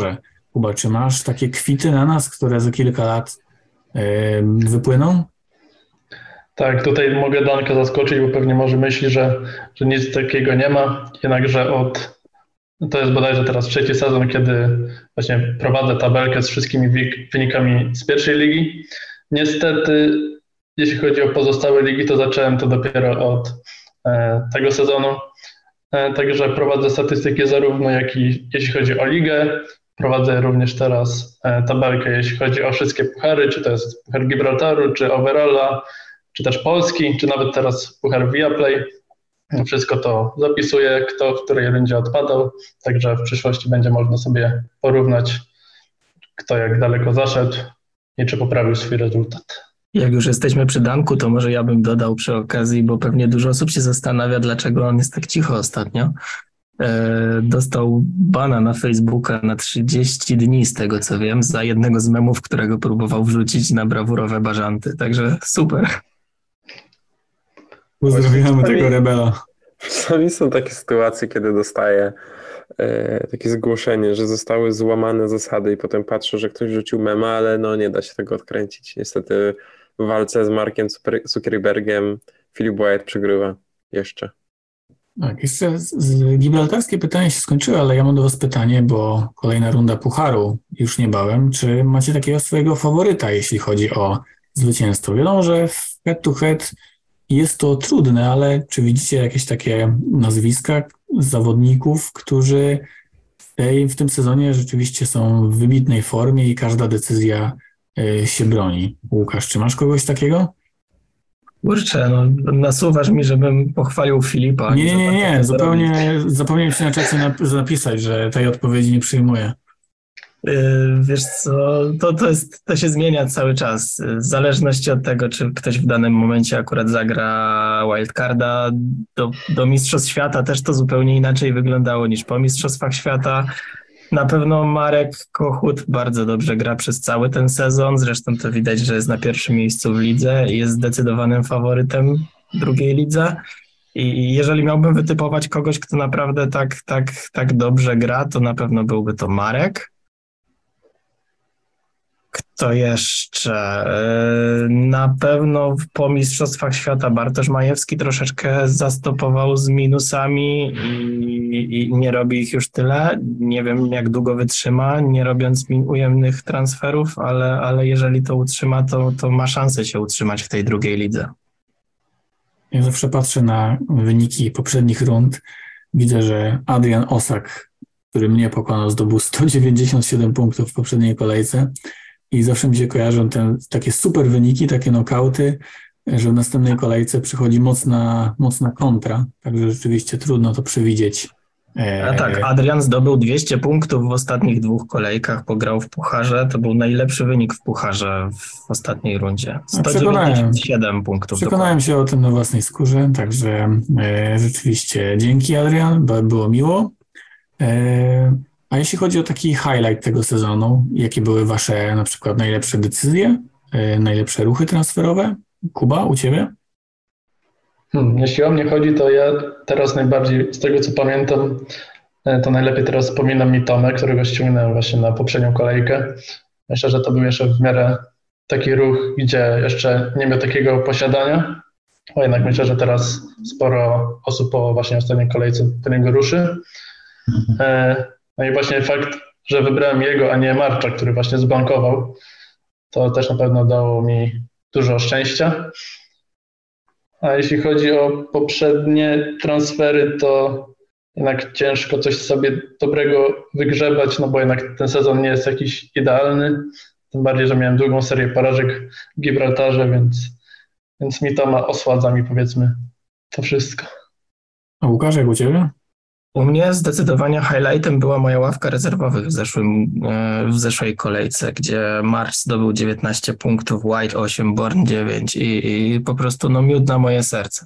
Kuba, czy masz takie kwity na nas, które za kilka lat wypłyną? Tak, tutaj mogę Danka zaskoczyć, bo pewnie może myśli, że nic takiego nie ma, jednakże to jest bodajże teraz trzeci sezon, kiedy właśnie prowadzę tabelkę z wszystkimi wynikami z pierwszej ligi. Niestety, jeśli chodzi o pozostałe ligi, to zacząłem to dopiero od tego sezonu. Także prowadzę statystyki zarówno jeśli chodzi o ligę, prowadzę również teraz tabelkę, jeśli chodzi o wszystkie puchary, czy to jest Puchar Gibraltaru, czy Overalla, czy też Polski, czy nawet teraz Puchar Viaplay. Wszystko to zapisuję, kto w której rundzie odpadał, także w przyszłości będzie można sobie porównać, kto jak daleko zaszedł i czy poprawił swój rezultat. Jak już jesteśmy przy Danku, to może ja bym dodał przy okazji, bo pewnie dużo osób się zastanawia, dlaczego on jest tak cicho ostatnio. Dostał bana na Facebooka na 30 dni, z tego co wiem, za jednego z memów, którego próbował wrzucić na brawurowe bażanty. Także super. Pozdrawiamy tego rebela. Czasami są takie sytuacje, kiedy dostaję takie zgłoszenie, że zostały złamane zasady i potem patrzę, że ktoś rzucił mema, ale no nie da się tego odkręcić. Niestety w walce z Markiem Zuckerbergiem Filip Wyatt przegrywa jeszcze. Tak, jeszcze gibraltarskie pytania się skończyły, ale ja mam do was pytanie, bo kolejna runda pucharu już niebawem. Czy macie takiego swojego faworyta, jeśli chodzi o zwycięstwo? Wiadomo, że w head to head jest to trudne, ale czy widzicie jakieś takie nazwiska zawodników, którzy w tym sezonie rzeczywiście są w wybitnej formie i każda decyzja się broni? Łukasz, czy masz kogoś takiego? Kurczę, no nasuwasz mi, żebym pochwalił Filipa. Nie, zupełnie zapomniałem się na czacie zapisać, że tej odpowiedzi nie przyjmuję. Wiesz co, to się zmienia cały czas, w zależności od tego, czy ktoś w danym momencie akurat zagra wildcarda. Do Mistrzostw Świata też to zupełnie inaczej wyglądało niż po Mistrzostwach Świata. Na pewno Marek Kochut bardzo dobrze gra przez cały ten sezon, zresztą to widać, że jest na pierwszym miejscu w lidze i jest zdecydowanym faworytem drugiej lidze. I jeżeli miałbym wytypować kogoś, kto naprawdę tak dobrze gra, to na pewno byłby to Marek. Kto jeszcze? Na pewno po Mistrzostwach Świata Bartosz Majewski troszeczkę zastopował z minusami i nie robi ich już tyle. Nie wiem, jak długo wytrzyma, nie robiąc ujemnych transferów, ale jeżeli to utrzyma, to ma szansę się utrzymać w tej drugiej lidze. Ja zawsze patrzę na wyniki poprzednich rund. Widzę, że Adrian Osak, który mnie pokonał, zdobył 197 punktów w poprzedniej kolejce. I zawsze mi się kojarzą takie super wyniki, takie nokauty, że w następnej kolejce przychodzi mocna kontra. Także rzeczywiście trudno to przewidzieć. A tak, Adrian zdobył 200 punktów w ostatnich 2 kolejkach, pograł w pucharze. To był najlepszy wynik w pucharze w ostatniej rundzie. 197 punktów. Przekonałem się o tym na własnej skórze, także rzeczywiście dzięki, Adrian, było miło. A jeśli chodzi o taki highlight tego sezonu, jakie były wasze na przykład najlepsze decyzje, najlepsze ruchy transferowe? Kuba, u ciebie? Jeśli o mnie chodzi, to ja teraz najbardziej, z tego co pamiętam, to najlepiej teraz wspomina mi Tomek, którego ściągnąłem właśnie na poprzednią kolejkę. Myślę, że to był jeszcze w miarę taki ruch, gdzie jeszcze nie miał takiego posiadania, a jednak myślę, że teraz sporo osób po właśnie ostatniej kolejce po niego ruszy. No i właśnie fakt, że wybrałem jego, a nie Marcza, który właśnie zbankował, to też na pewno dało mi dużo szczęścia. A jeśli chodzi o poprzednie transfery, to jednak ciężko coś sobie dobrego wygrzebać, no bo jednak ten sezon nie jest jakiś idealny. Tym bardziej, że miałem długą serię porażek w Gibraltarze, więc mi to osładza mi, powiedzmy, to wszystko. A Łukasz, jak u ciebie? U mnie zdecydowanie highlightem była moja ławka rezerwowych w zeszłej kolejce, gdzie March zdobył 19 punktów, White 8, Born 9 i po prostu miód na moje serce.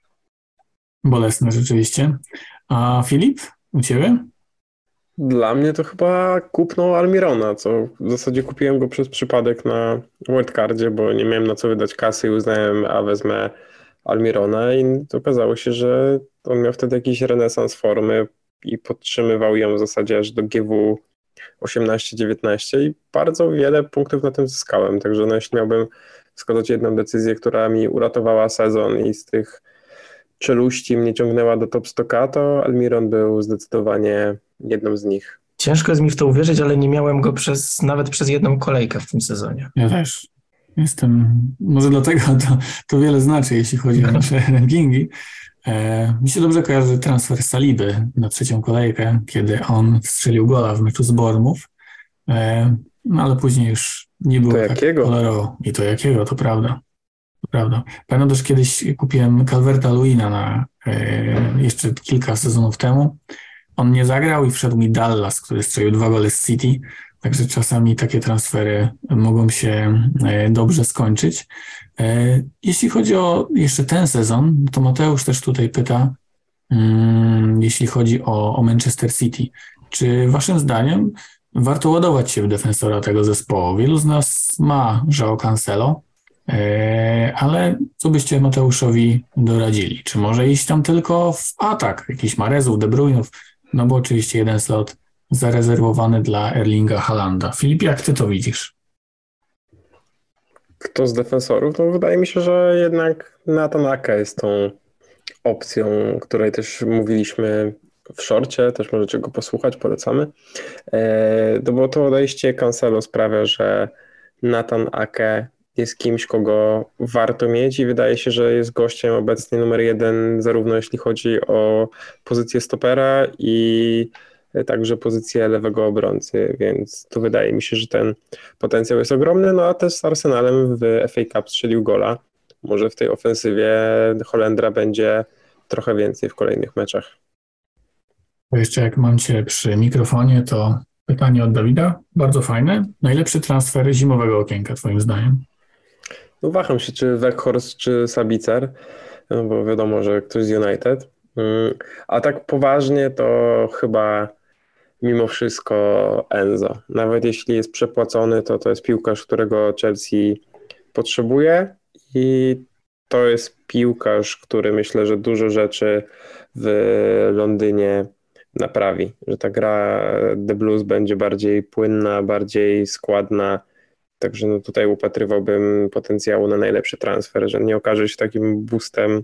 Bolesne rzeczywiście. A Filip, u ciebie? Dla mnie to chyba kupno Almirona, co w zasadzie kupiłem go przez przypadek na wildcardzie, bo nie miałem na co wydać kasy i uznałem, a wezmę Almirona i okazało się, że on miał wtedy jakiś renesans formy i podtrzymywał ją w zasadzie aż do GW 18-19 i bardzo wiele punktów na tym zyskałem. Także no, jeśli miałbym wskazać jedną decyzję, która mi uratowała sezon i z tych czeluści mnie ciągnęła do top 100K, to Almiron był zdecydowanie jedną z nich. Ciężko jest mi w to uwierzyć, ale nie miałem go nawet przez jedną kolejkę w tym sezonie. Ja też. Może dlatego to wiele znaczy, jeśli chodzi o nasze rankingi. Mi się dobrze kojarzy transfer Saliby na trzecią kolejkę, kiedy on strzelił gola w meczu z Bournemouth, no ale później już nie było tak kolorowo. I to jakiego, to prawda. To prawda. Pamiętam też kiedyś kupiłem Calverta-Lewina jeszcze kilka sezonów temu. On nie zagrał i wszedł mi Dallas, który strzelił 2 gole z City. Także czasami takie transfery mogą się dobrze skończyć. Jeśli chodzi o jeszcze ten sezon, to Mateusz też tutaj pyta, jeśli chodzi o Manchester City. Czy waszym zdaniem warto ładować się w defensora tego zespołu? Wielu z nas ma João Cancelo, ale co byście Mateuszowi doradzili? Czy może iść tam tylko w atak, jakiś Marezów, De Bruyne'ów? No bo oczywiście jeden slot zarezerwowany dla Erlinga Haalanda. Filip, jak ty to widzisz? Kto z defensorów? No wydaje mi się, że jednak Nathan Ake jest tą opcją, o której też mówiliśmy w szorcie, też możecie go posłuchać, polecamy. No bo to odejście Cancelo sprawia, że Nathan Ake jest kimś, kogo warto mieć i wydaje się, że jest gościem obecnie numer 1, zarówno jeśli chodzi o pozycję stopera i także pozycję lewego obrońcy, więc tu wydaje mi się, że ten potencjał jest ogromny, no a też z Arsenalem w FA Cup strzelił gola. Może w tej ofensywie Holendra będzie trochę więcej w kolejnych meczach. To jeszcze jak mam cię przy mikrofonie, to pytanie od Dawida, bardzo fajne. Najlepszy transfer zimowego okienka twoim zdaniem? No waham się, czy Weghorst, czy Sabitzer, no bo wiadomo, że ktoś z United. A tak poważnie to chyba mimo wszystko Enzo. Nawet jeśli jest przepłacony, to jest piłkarz, którego Chelsea potrzebuje i to jest piłkarz, który myślę, że dużo rzeczy w Londynie naprawi. Że ta gra The Blues będzie bardziej płynna, bardziej składna. Także no tutaj upatrywałbym potencjału na najlepszy transfer, że nie okaże się takim boostem,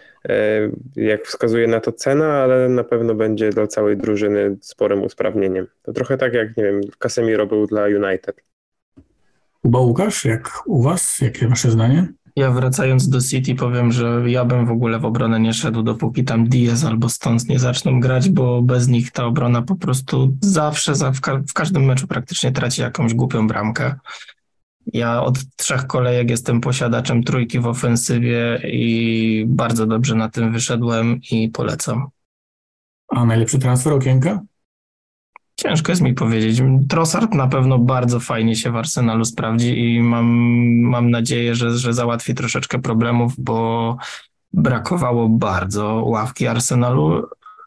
jak wskazuje na to cena, ale na pewno będzie dla całej drużyny sporym usprawnieniem. To trochę tak jak, nie wiem, Casemiro był dla United. Kuba, Łukasz, jak u was? Jakie wasze zdanie? Ja wracając do City powiem, że ja bym w ogóle w obronę nie szedł, dopóki tam Diaz albo Stones nie zaczną grać, bo bez nich ta obrona po prostu zawsze, w każdym meczu praktycznie traci jakąś głupią bramkę. Ja od 3 kolejek jestem posiadaczem trójki w ofensywie i bardzo dobrze na tym wyszedłem i polecam. A najlepszy transfer okienka? Ciężko jest mi powiedzieć. Trossard na pewno bardzo fajnie się w Arsenalu sprawdzi i mam nadzieję, że załatwi troszeczkę problemów, bo brakowało bardzo ławki Arsenalu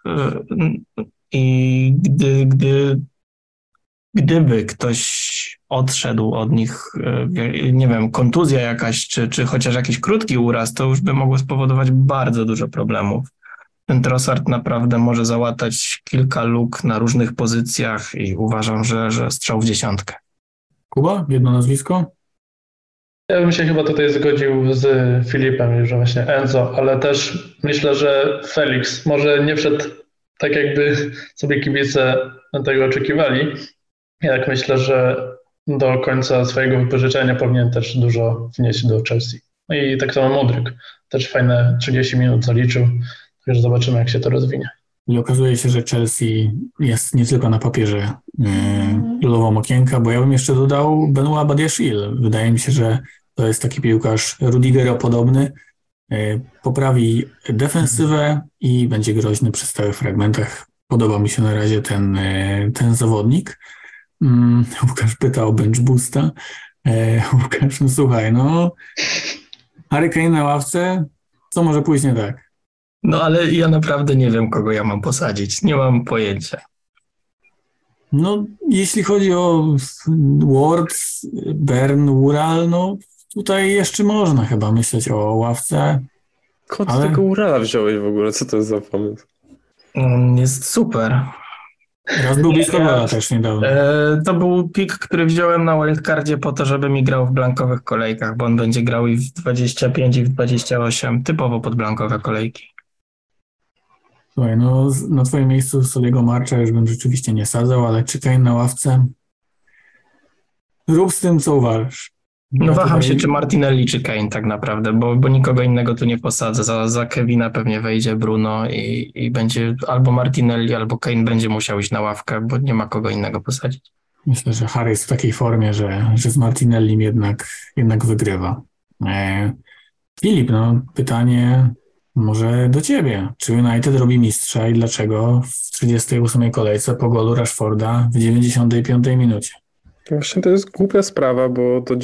i gdyby ktoś odszedł od nich, nie wiem, kontuzja jakaś, czy chociaż jakiś krótki uraz, to już by mogło spowodować bardzo dużo problemów. Ten Trossard naprawdę może załatać kilka luk na różnych pozycjach i uważam, że strzał w 10. Kuba, jedno nazwisko? Ja bym się chyba tutaj zgodził z Filipem, że właśnie Enzo, ale też myślę, że Felix może nie wszedł tak, jakby sobie kibice tego oczekiwali. Jak myślę, że do końca swojego wypożyczenia powinien też dużo wnieść do Chelsea. No i tak samo Mudryk. Też fajne 30 minut zaliczył. Także zobaczymy, jak się to rozwinie. I okazuje się, że Chelsea jest nie tylko na papierze królową okienka, bo ja bym jeszcze dodał Benoît Badiashile. Wydaje mi się, że to jest taki piłkarz Rudigero-podobny. Poprawi defensywę i będzie groźny przy stałych fragmentach. Podoba mi się na razie ten zawodnik. Łukasz pyta o bench boosta. Łukasz, no słuchaj, Harry Kane na ławce, co może pójść nie tak? No ale ja naprawdę nie wiem, kogo ja mam posadzić. Nie mam pojęcia. No, jeśli chodzi o Ward, Bern, Ural, tutaj jeszcze można chyba myśleć o ławce. Skąd tego Urala wziąłeś w ogóle? Co to jest za pomysł? On jest super. Raz był blisko gola też niedawno. To był pik, który wziąłem na wildcardzie po to, żeby mi grał w blankowych kolejkach, bo on będzie grał i w 25 i w 28, typowo pod blankowe kolejki. Słuchaj, no na twoim miejscu Soliego Marcha już bym rzeczywiście nie sadzał, ale czy Kane na ławce? Rób z tym, co uważasz. No Ja waham tutaj- się, czy Martinelli, czy Kane tak naprawdę, bo nikogo innego tu nie posadzę. Za Kevina pewnie wejdzie Bruno i będzie albo Martinelli, albo Kane będzie musiał iść na ławkę, bo nie ma kogo innego posadzić. Myślę, że Harry jest w takiej formie, że z Martinellim jednak wygrywa. Filip, no pytanie może do ciebie. Czy United robi mistrza i dlaczego w 38 kolejce po golu Rashforda w 95 minucie? Właśnie to jest głupia sprawa, bo do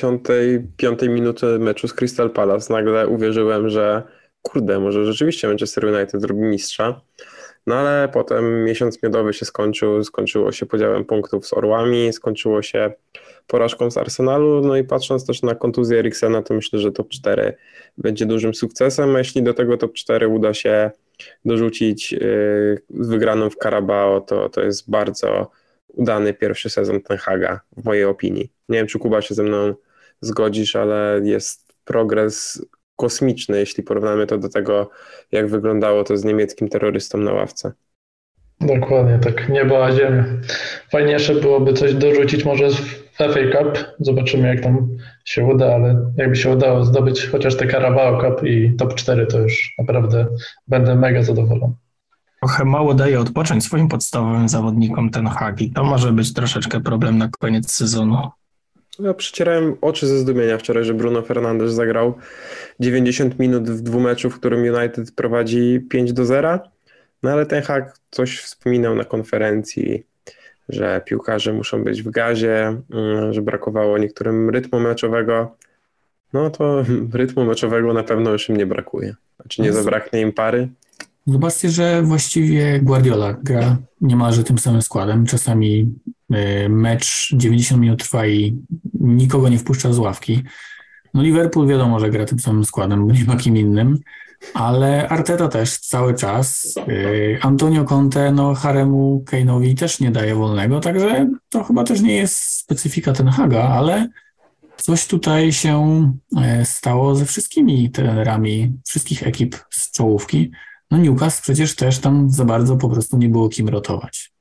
95 minuty meczu z Crystal Palace nagle uwierzyłem, że kurde, może rzeczywiście Manchester United robi mistrza. No ale potem miesiąc miodowy się skończyło się podziałem punktów z Orłami, skończyło się porażką z Arsenalu, no i patrząc też na kontuzję Eriksena, to myślę, że top 4 będzie dużym sukcesem, a jeśli do tego top 4 uda się dorzucić z wygraną w Carabao, to jest bardzo udany pierwszy sezon Ten Haga, w mojej opinii. Nie wiem, czy Kuba się ze mną zgodzisz, ale jest progres kosmiczny, jeśli porównamy to do tego, jak wyglądało to z niemieckim terrorystą na ławce. Dokładnie, tak niebo a ziemia. Fajniejsze byłoby coś dorzucić może w FA Cup. Zobaczymy, jak tam się uda, ale jakby się udało zdobyć chociaż te Carabao Cup i top 4, to już naprawdę będę mega zadowolony. Trochę mało daje odpocząć swoim podstawowym zawodnikom Ten Hag i to może być troszeczkę problem na koniec sezonu. Ja przecierałem oczy ze zdumienia wczoraj, że Bruno Fernandes zagrał 90 minut w dwumeczu, w którym United prowadzi 5-0. No ale Ten Hag coś wspominał na konferencji, że piłkarze muszą być w gazie, że brakowało niektórym rytmu meczowego. No to rytmu meczowego na pewno już im nie brakuje. Znaczy nie zabraknie im pary. Zobaczcie, że właściwie Guardiola gra niemalże tym samym składem. Czasami mecz 90 minut trwa i nikogo nie wpuszcza z ławki. No Liverpool wiadomo, że gra tym samym składem, bo nie ma kim innym, ale Arteta też cały czas. Antonio Conte, no Haremu Kane'owi też nie daje wolnego, także to chyba też nie jest specyfika Ten Haga, ale coś tutaj się stało ze wszystkimi trenerami wszystkich ekip z czołówki. No Newcastle przecież też tam za bardzo po prostu nie było kim rotować.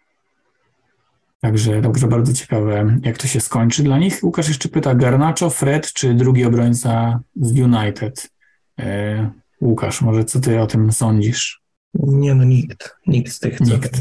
Także bardzo ciekawe, jak to się skończy dla nich. Łukasz jeszcze pyta, Garnacho, Fred czy drugi obrońca z United? Łukasz, może co ty o tym sądzisz? Nie no, nikt z tych. Nikt.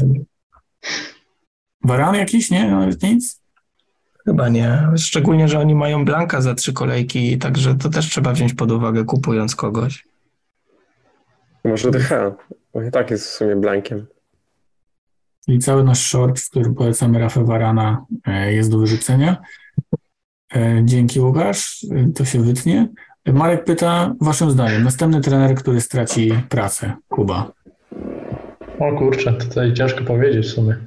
Varan jakiś, nie? Nawet nic? Chyba nie. Szczególnie, że oni mają Blanka za 3 kolejki, także to też trzeba wziąć pod uwagę, kupując kogoś. Może DH, bo i tak jest w sumie blankiem. Czyli cały nasz short, w którym polecamy Rafę Varana, jest do wyrzucenia. Dzięki, Łukasz. To się wytnie. Marek pyta, waszym zdaniem, następny trener, który straci pracę, Kuba. O kurczę, tutaj ciężko powiedzieć w sumie.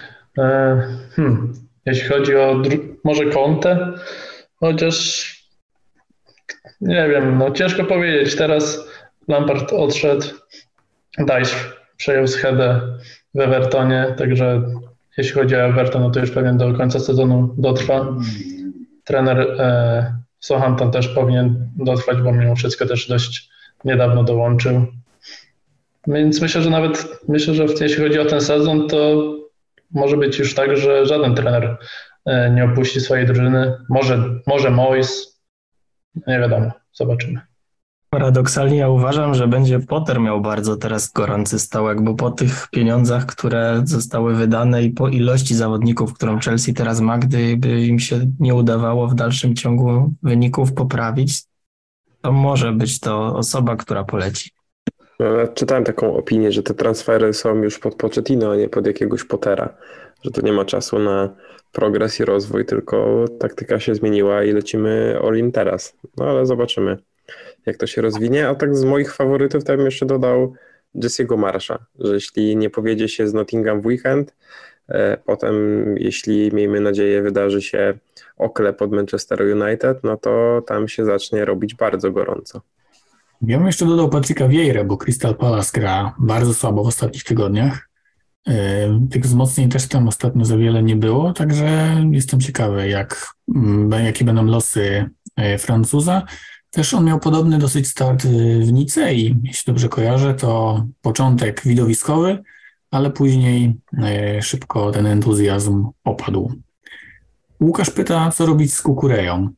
Jeśli chodzi o może Conte, chociaż nie wiem, no ciężko powiedzieć. Teraz Lampard odszedł, Dyche przejął schedę w Evertonie, także jeśli chodzi o Everton, no to już pewnie do końca sezonu dotrwa. Trener Southampton też powinien dotrwać, bo mimo wszystko też dość niedawno dołączył. Więc myślę, że jeśli chodzi o ten sezon, to może być już tak, że żaden trener nie opuści swojej drużyny. Może Moyes, nie wiadomo, zobaczymy. Paradoksalnie ja uważam, że będzie Potter miał bardzo teraz gorący stołek, bo po tych pieniądzach, które zostały wydane i po ilości zawodników, którą Chelsea teraz ma, gdyby im się nie udawało w dalszym ciągu wyników poprawić, to może być to osoba, która poleci. Ja czytałem taką opinię, że te transfery są już pod Pochettino, a nie pod jakiegoś Pottera, że to nie ma czasu na progres i rozwój, tylko taktyka się zmieniła i lecimy all in teraz. No ale zobaczymy, jak to się rozwinie. A tak z moich faworytów to bym jeszcze dodał Jesse'ego Marsha, że jeśli nie powiedzie się z Nottingham w weekend, potem jeśli, miejmy nadzieję, wydarzy się oklep od Manchester United, no to tam się zacznie robić bardzo gorąco. Ja bym jeszcze dodał Patryka Vieira, bo Crystal Palace gra bardzo słabo w ostatnich tygodniach. Tych wzmocnień też tam ostatnio za wiele nie było, także jestem ciekawy, jakie będą losy Francuza. Też on miał podobny dosyć start w Nicei, jeśli dobrze kojarzę, to początek widowiskowy, ale później szybko ten entuzjazm opadł. Łukasz pyta, co robić z Kukureją.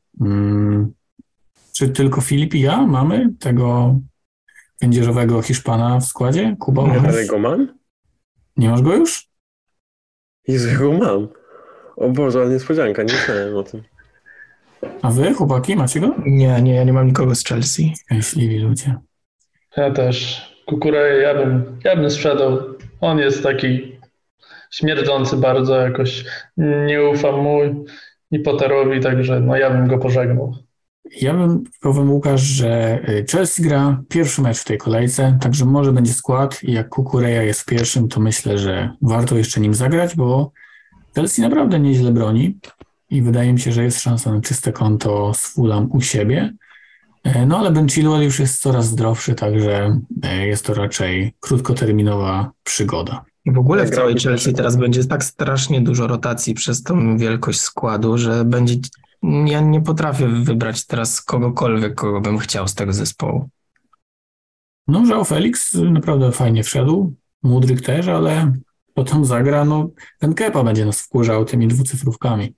Czy tylko Filip i ja mamy tego kędzierzowego Hiszpana w składzie? Kuba, Ale go mam? nie masz go już? Jezu, ja go mam. O Boże, ale niespodzianka, nie myślałem o tym. A wy, chłopaki, macie go? Nie, ja nie mam nikogo z Chelsea. Szczęśliwi ludzie. Ja też. Kukureję ja bym sprzedał. On jest taki śmierdzący bardzo, jakoś nie ufam mu i Potterowi, także no ja bym go pożegnał. Ja bym powiem, Łukasz, że Chelsea gra pierwszy mecz w tej kolejce, także może będzie skład i jak Kukureja jest w pierwszym, to myślę, że warto jeszcze nim zagrać, bo Chelsea naprawdę nieźle broni i wydaje mi się, że jest szansa na czyste konto z Fulham u siebie. No ale Ben Chilwell już jest coraz zdrowszy, także jest to raczej krótkoterminowa przygoda. I w ogóle w całej Chelsea teraz będzie tak strasznie dużo rotacji przez tą wielkość składu, że będzie... Ja nie potrafię wybrać teraz kogokolwiek, kogo bym chciał z tego zespołu. No, João Felix naprawdę fajnie wszedł, Mudryk też, ale to tam zagra, no ten Kepa będzie nas wkurzał tymi dwucyfrówkami.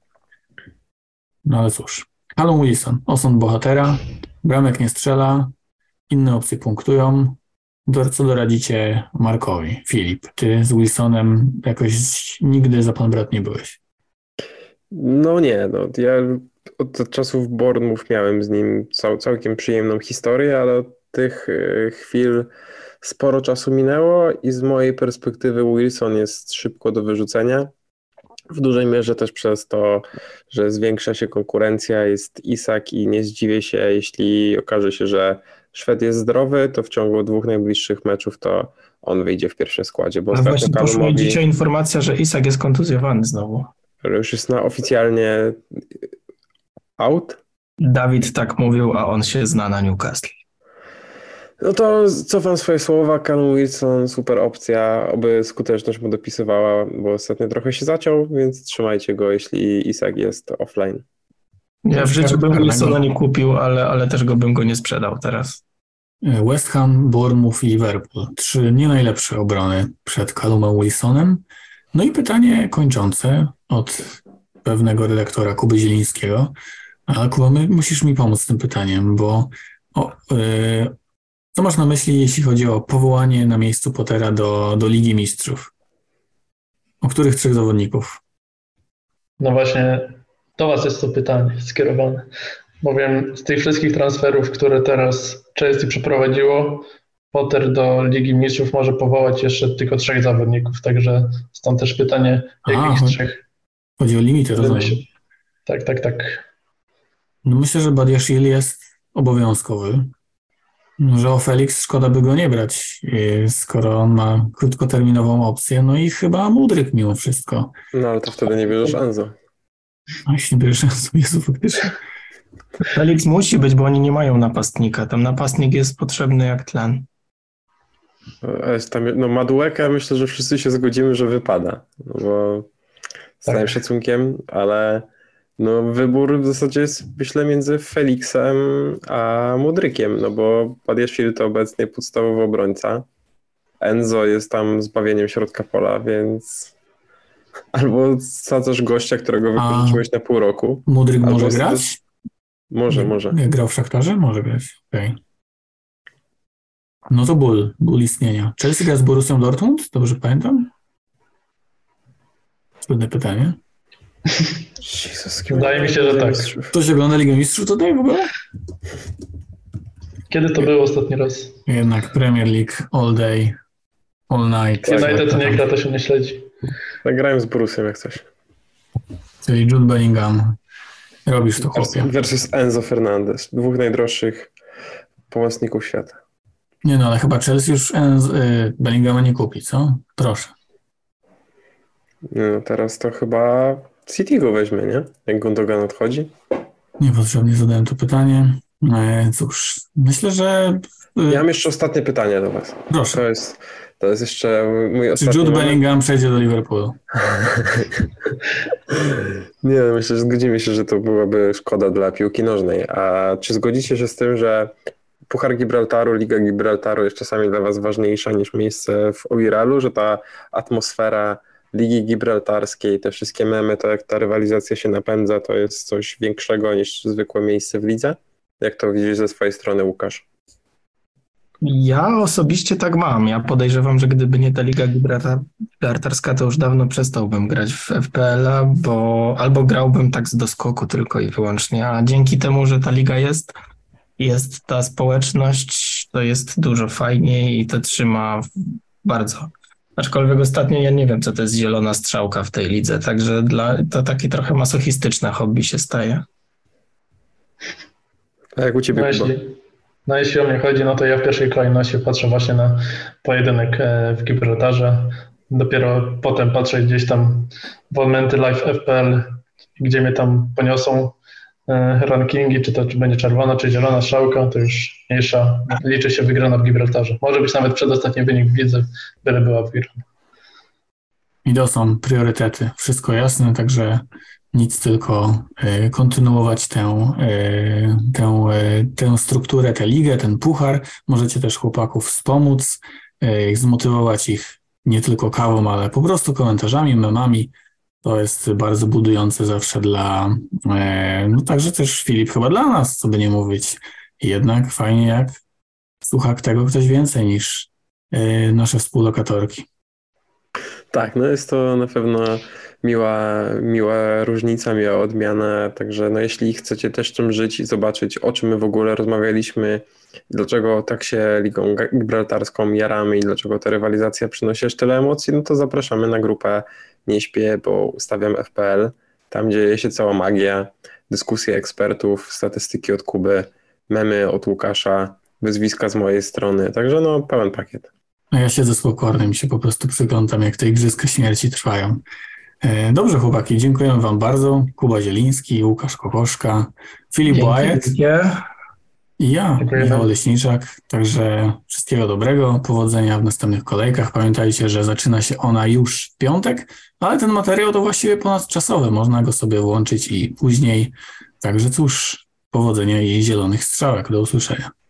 No ale cóż, Callum Wilson, osąd bohatera, bramek nie strzela, inne opcje punktują. Co doradzicie Markowi? Filip, ty z Wilsonem jakoś nigdy za pan brat nie byłeś. No nie, no ja od czasów Bournemouth miałem z nim całkiem przyjemną historię, ale od tych chwil sporo czasu minęło i z mojej perspektywy Wilson jest szybko do wyrzucenia. W dużej mierze też przez to, że zwiększa się konkurencja, jest Isak i nie zdziwię się, jeśli okaże się, że Szwed jest zdrowy, to w ciągu 2 najbliższych meczów to on wyjdzie w pierwszym składzie. Bo A właśnie poszła mi dzisiaj informacja, że Isak jest kontuzjowany znowu. Że już jest oficjalnie out? Dawid tak mówił, a on się zna na Newcastle. No to cofam swoje słowa, Callum Wilson, super opcja, oby skuteczność mu dopisywała, bo ostatnio trochę się zaciął, więc trzymajcie go, jeśli Isak jest offline. Ja w życiu bym Wilsona nie kupił, ale też bym go nie sprzedał teraz. West Ham, Bournemouth i Liverpool. 3 nie najlepsze obrony przed Callumem Wilsonem. No i pytanie kończące od pewnego redaktora Kuby Zielińskiego. A Kuba, musisz mi pomóc z tym pytaniem, bo co masz na myśli, jeśli chodzi o powołanie na miejscu Pottera do Ligi Mistrzów? O których 3 zawodników? No właśnie, do was jest to pytanie skierowane. Bowiem z tych wszystkich transferów, które teraz Chelsea przeprowadziło, Potter do Ligi Mistrzów może powołać jeszcze tylko 3 zawodników, także stąd też pytanie, jakich 3? Chodzi o limity, rozumiem. Tak. No myślę, że Badiashile jest obowiązkowy. Że o Felix szkoda by go nie brać, skoro on ma krótkoterminową opcję, no i chyba Mudryk mimo wszystko. No ale to wtedy nie bierzesz Enzo. A jeśli bierzesz Enzo, Jezu, faktycznie. Felix musi być, bo oni nie mają napastnika. Tam napastnik jest potrzebny jak tlen. No Madueka myślę, że wszyscy się zgodzimy, że wypada, no bo z całym szacunkiem, ale no wybór w zasadzie jest myślę między Felixem a Mudrykiem, no bo Badiashile to obecnie podstawowy obrońca, Enzo jest tam zbawieniem środka pola, więc albo sadzasz gościa, którego wypożyczyłeś na pół roku. Mudryk może grać? Może. Nie grał w Szachtarze? Może grać, okej. No to ból istnienia. Chelsea gra z Borussią Dortmund? Dobrze pamiętam? Trudne pytanie. Jezus, wydaje mi się, że tak. Ktoś ogląda Ligę Mistrzów tutaj w ogóle? Kiedy to było ostatni raz? Jednak Premier League all day, all night. United nie gra, to się nie śledzi. Nagrałem z Borussią jak coś. Czyli Jude Bellingham. Robisz to, chłopie. Versus Enzo Fernandez. 2 najdroższych pomocników świata. Nie no, ale chyba Chelsea już Bellinghama nie kupi, co? Proszę. No teraz to chyba City go weźmie, nie? Jak Gundogan odchodzi. Niepotrzebnie zadałem to pytanie. Cóż, myślę, że Ja mam jeszcze ostatnie pytanie do was. Proszę. To jest jeszcze mój Czy ostatni Jude moment. Bellingham przejdzie do Liverpoolu? Nie, myślę, że zgodzimy się, że to byłaby szkoda dla piłki nożnej. A czy zgodzicie się z tym, że Puchar Gibraltaru, Liga Gibraltaru jest czasami dla was ważniejsza niż miejsce w Oiralu, że ta atmosfera Ligi Gibraltarskiej, te wszystkie memy, to jak ta rywalizacja się napędza, to jest coś większego niż zwykłe miejsce w lidze? Jak to widzisz ze swojej strony, Łukasz? Ja osobiście tak mam. Ja podejrzewam, że gdyby nie ta Liga Gibraltarska, to już dawno przestałbym grać w FPL-a, bo albo grałbym tak z doskoku tylko i wyłącznie, a dzięki temu, że ta liga jest ta społeczność, to jest dużo fajniej i to trzyma bardzo. Aczkolwiek ostatnio ja nie wiem, co to jest zielona strzałka w tej lidze, także to takie trochę masochistyczne hobby się staje. A jak u ciebie, Kuba? Jeśli o mnie chodzi, no to ja w pierwszej kolejności patrzę właśnie na pojedynek w Gibraltarze. Dopiero potem patrzę gdzieś tam w Momenty Live FPL, gdzie mnie tam poniosą rankingi, czy będzie czerwona, czy zielona strzałka, to już mniejsza. Liczy się wygrana w Gibraltarze. Może być nawet przedostatni wynik w lidze, byle była wygrana. I to są priorytety. Wszystko jasne, także nic, tylko kontynuować tę strukturę, tę ligę, ten puchar. Możecie też chłopaków wspomóc, zmotywować ich nie tylko kawą, ale po prostu komentarzami, memami. To jest bardzo budujące zawsze no także też Filip, chyba dla nas, co by nie mówić. Jednak fajnie, jak słucha tego ktoś więcej niż nasze współlokatorki. Tak, no jest to na pewno miła różnica, miła odmiana, także no jeśli chcecie też czym żyć i zobaczyć, o czym my w ogóle rozmawialiśmy, dlaczego tak się Ligą Gibraltarską jaramy i dlaczego ta rywalizacja przynosi aż tyle emocji, no to zapraszamy na grupę Nie śpię, bo ustawiam FPL, tam dzieje się cała magia, dyskusje ekspertów, statystyki od Kuby, memy od Łukasza, wyzwiska z mojej strony, także no pełen pakiet. No ja siedzę z popcornem i się po prostu przyglądam, jak te igrzyska śmierci trwają. Dobrze, chłopaki, dziękujemy wam bardzo. Kuba Zieliński, Łukasz Kokoszka, Filip Błajec i ja, Michał Leśniczak. Także wszystkiego dobrego, powodzenia w następnych kolejkach. Pamiętajcie, że zaczyna się ona już w piątek, ale ten materiał to właściwie ponadczasowy. Można go sobie włączyć i później. Także cóż, powodzenia i zielonych strzałek. Do usłyszenia.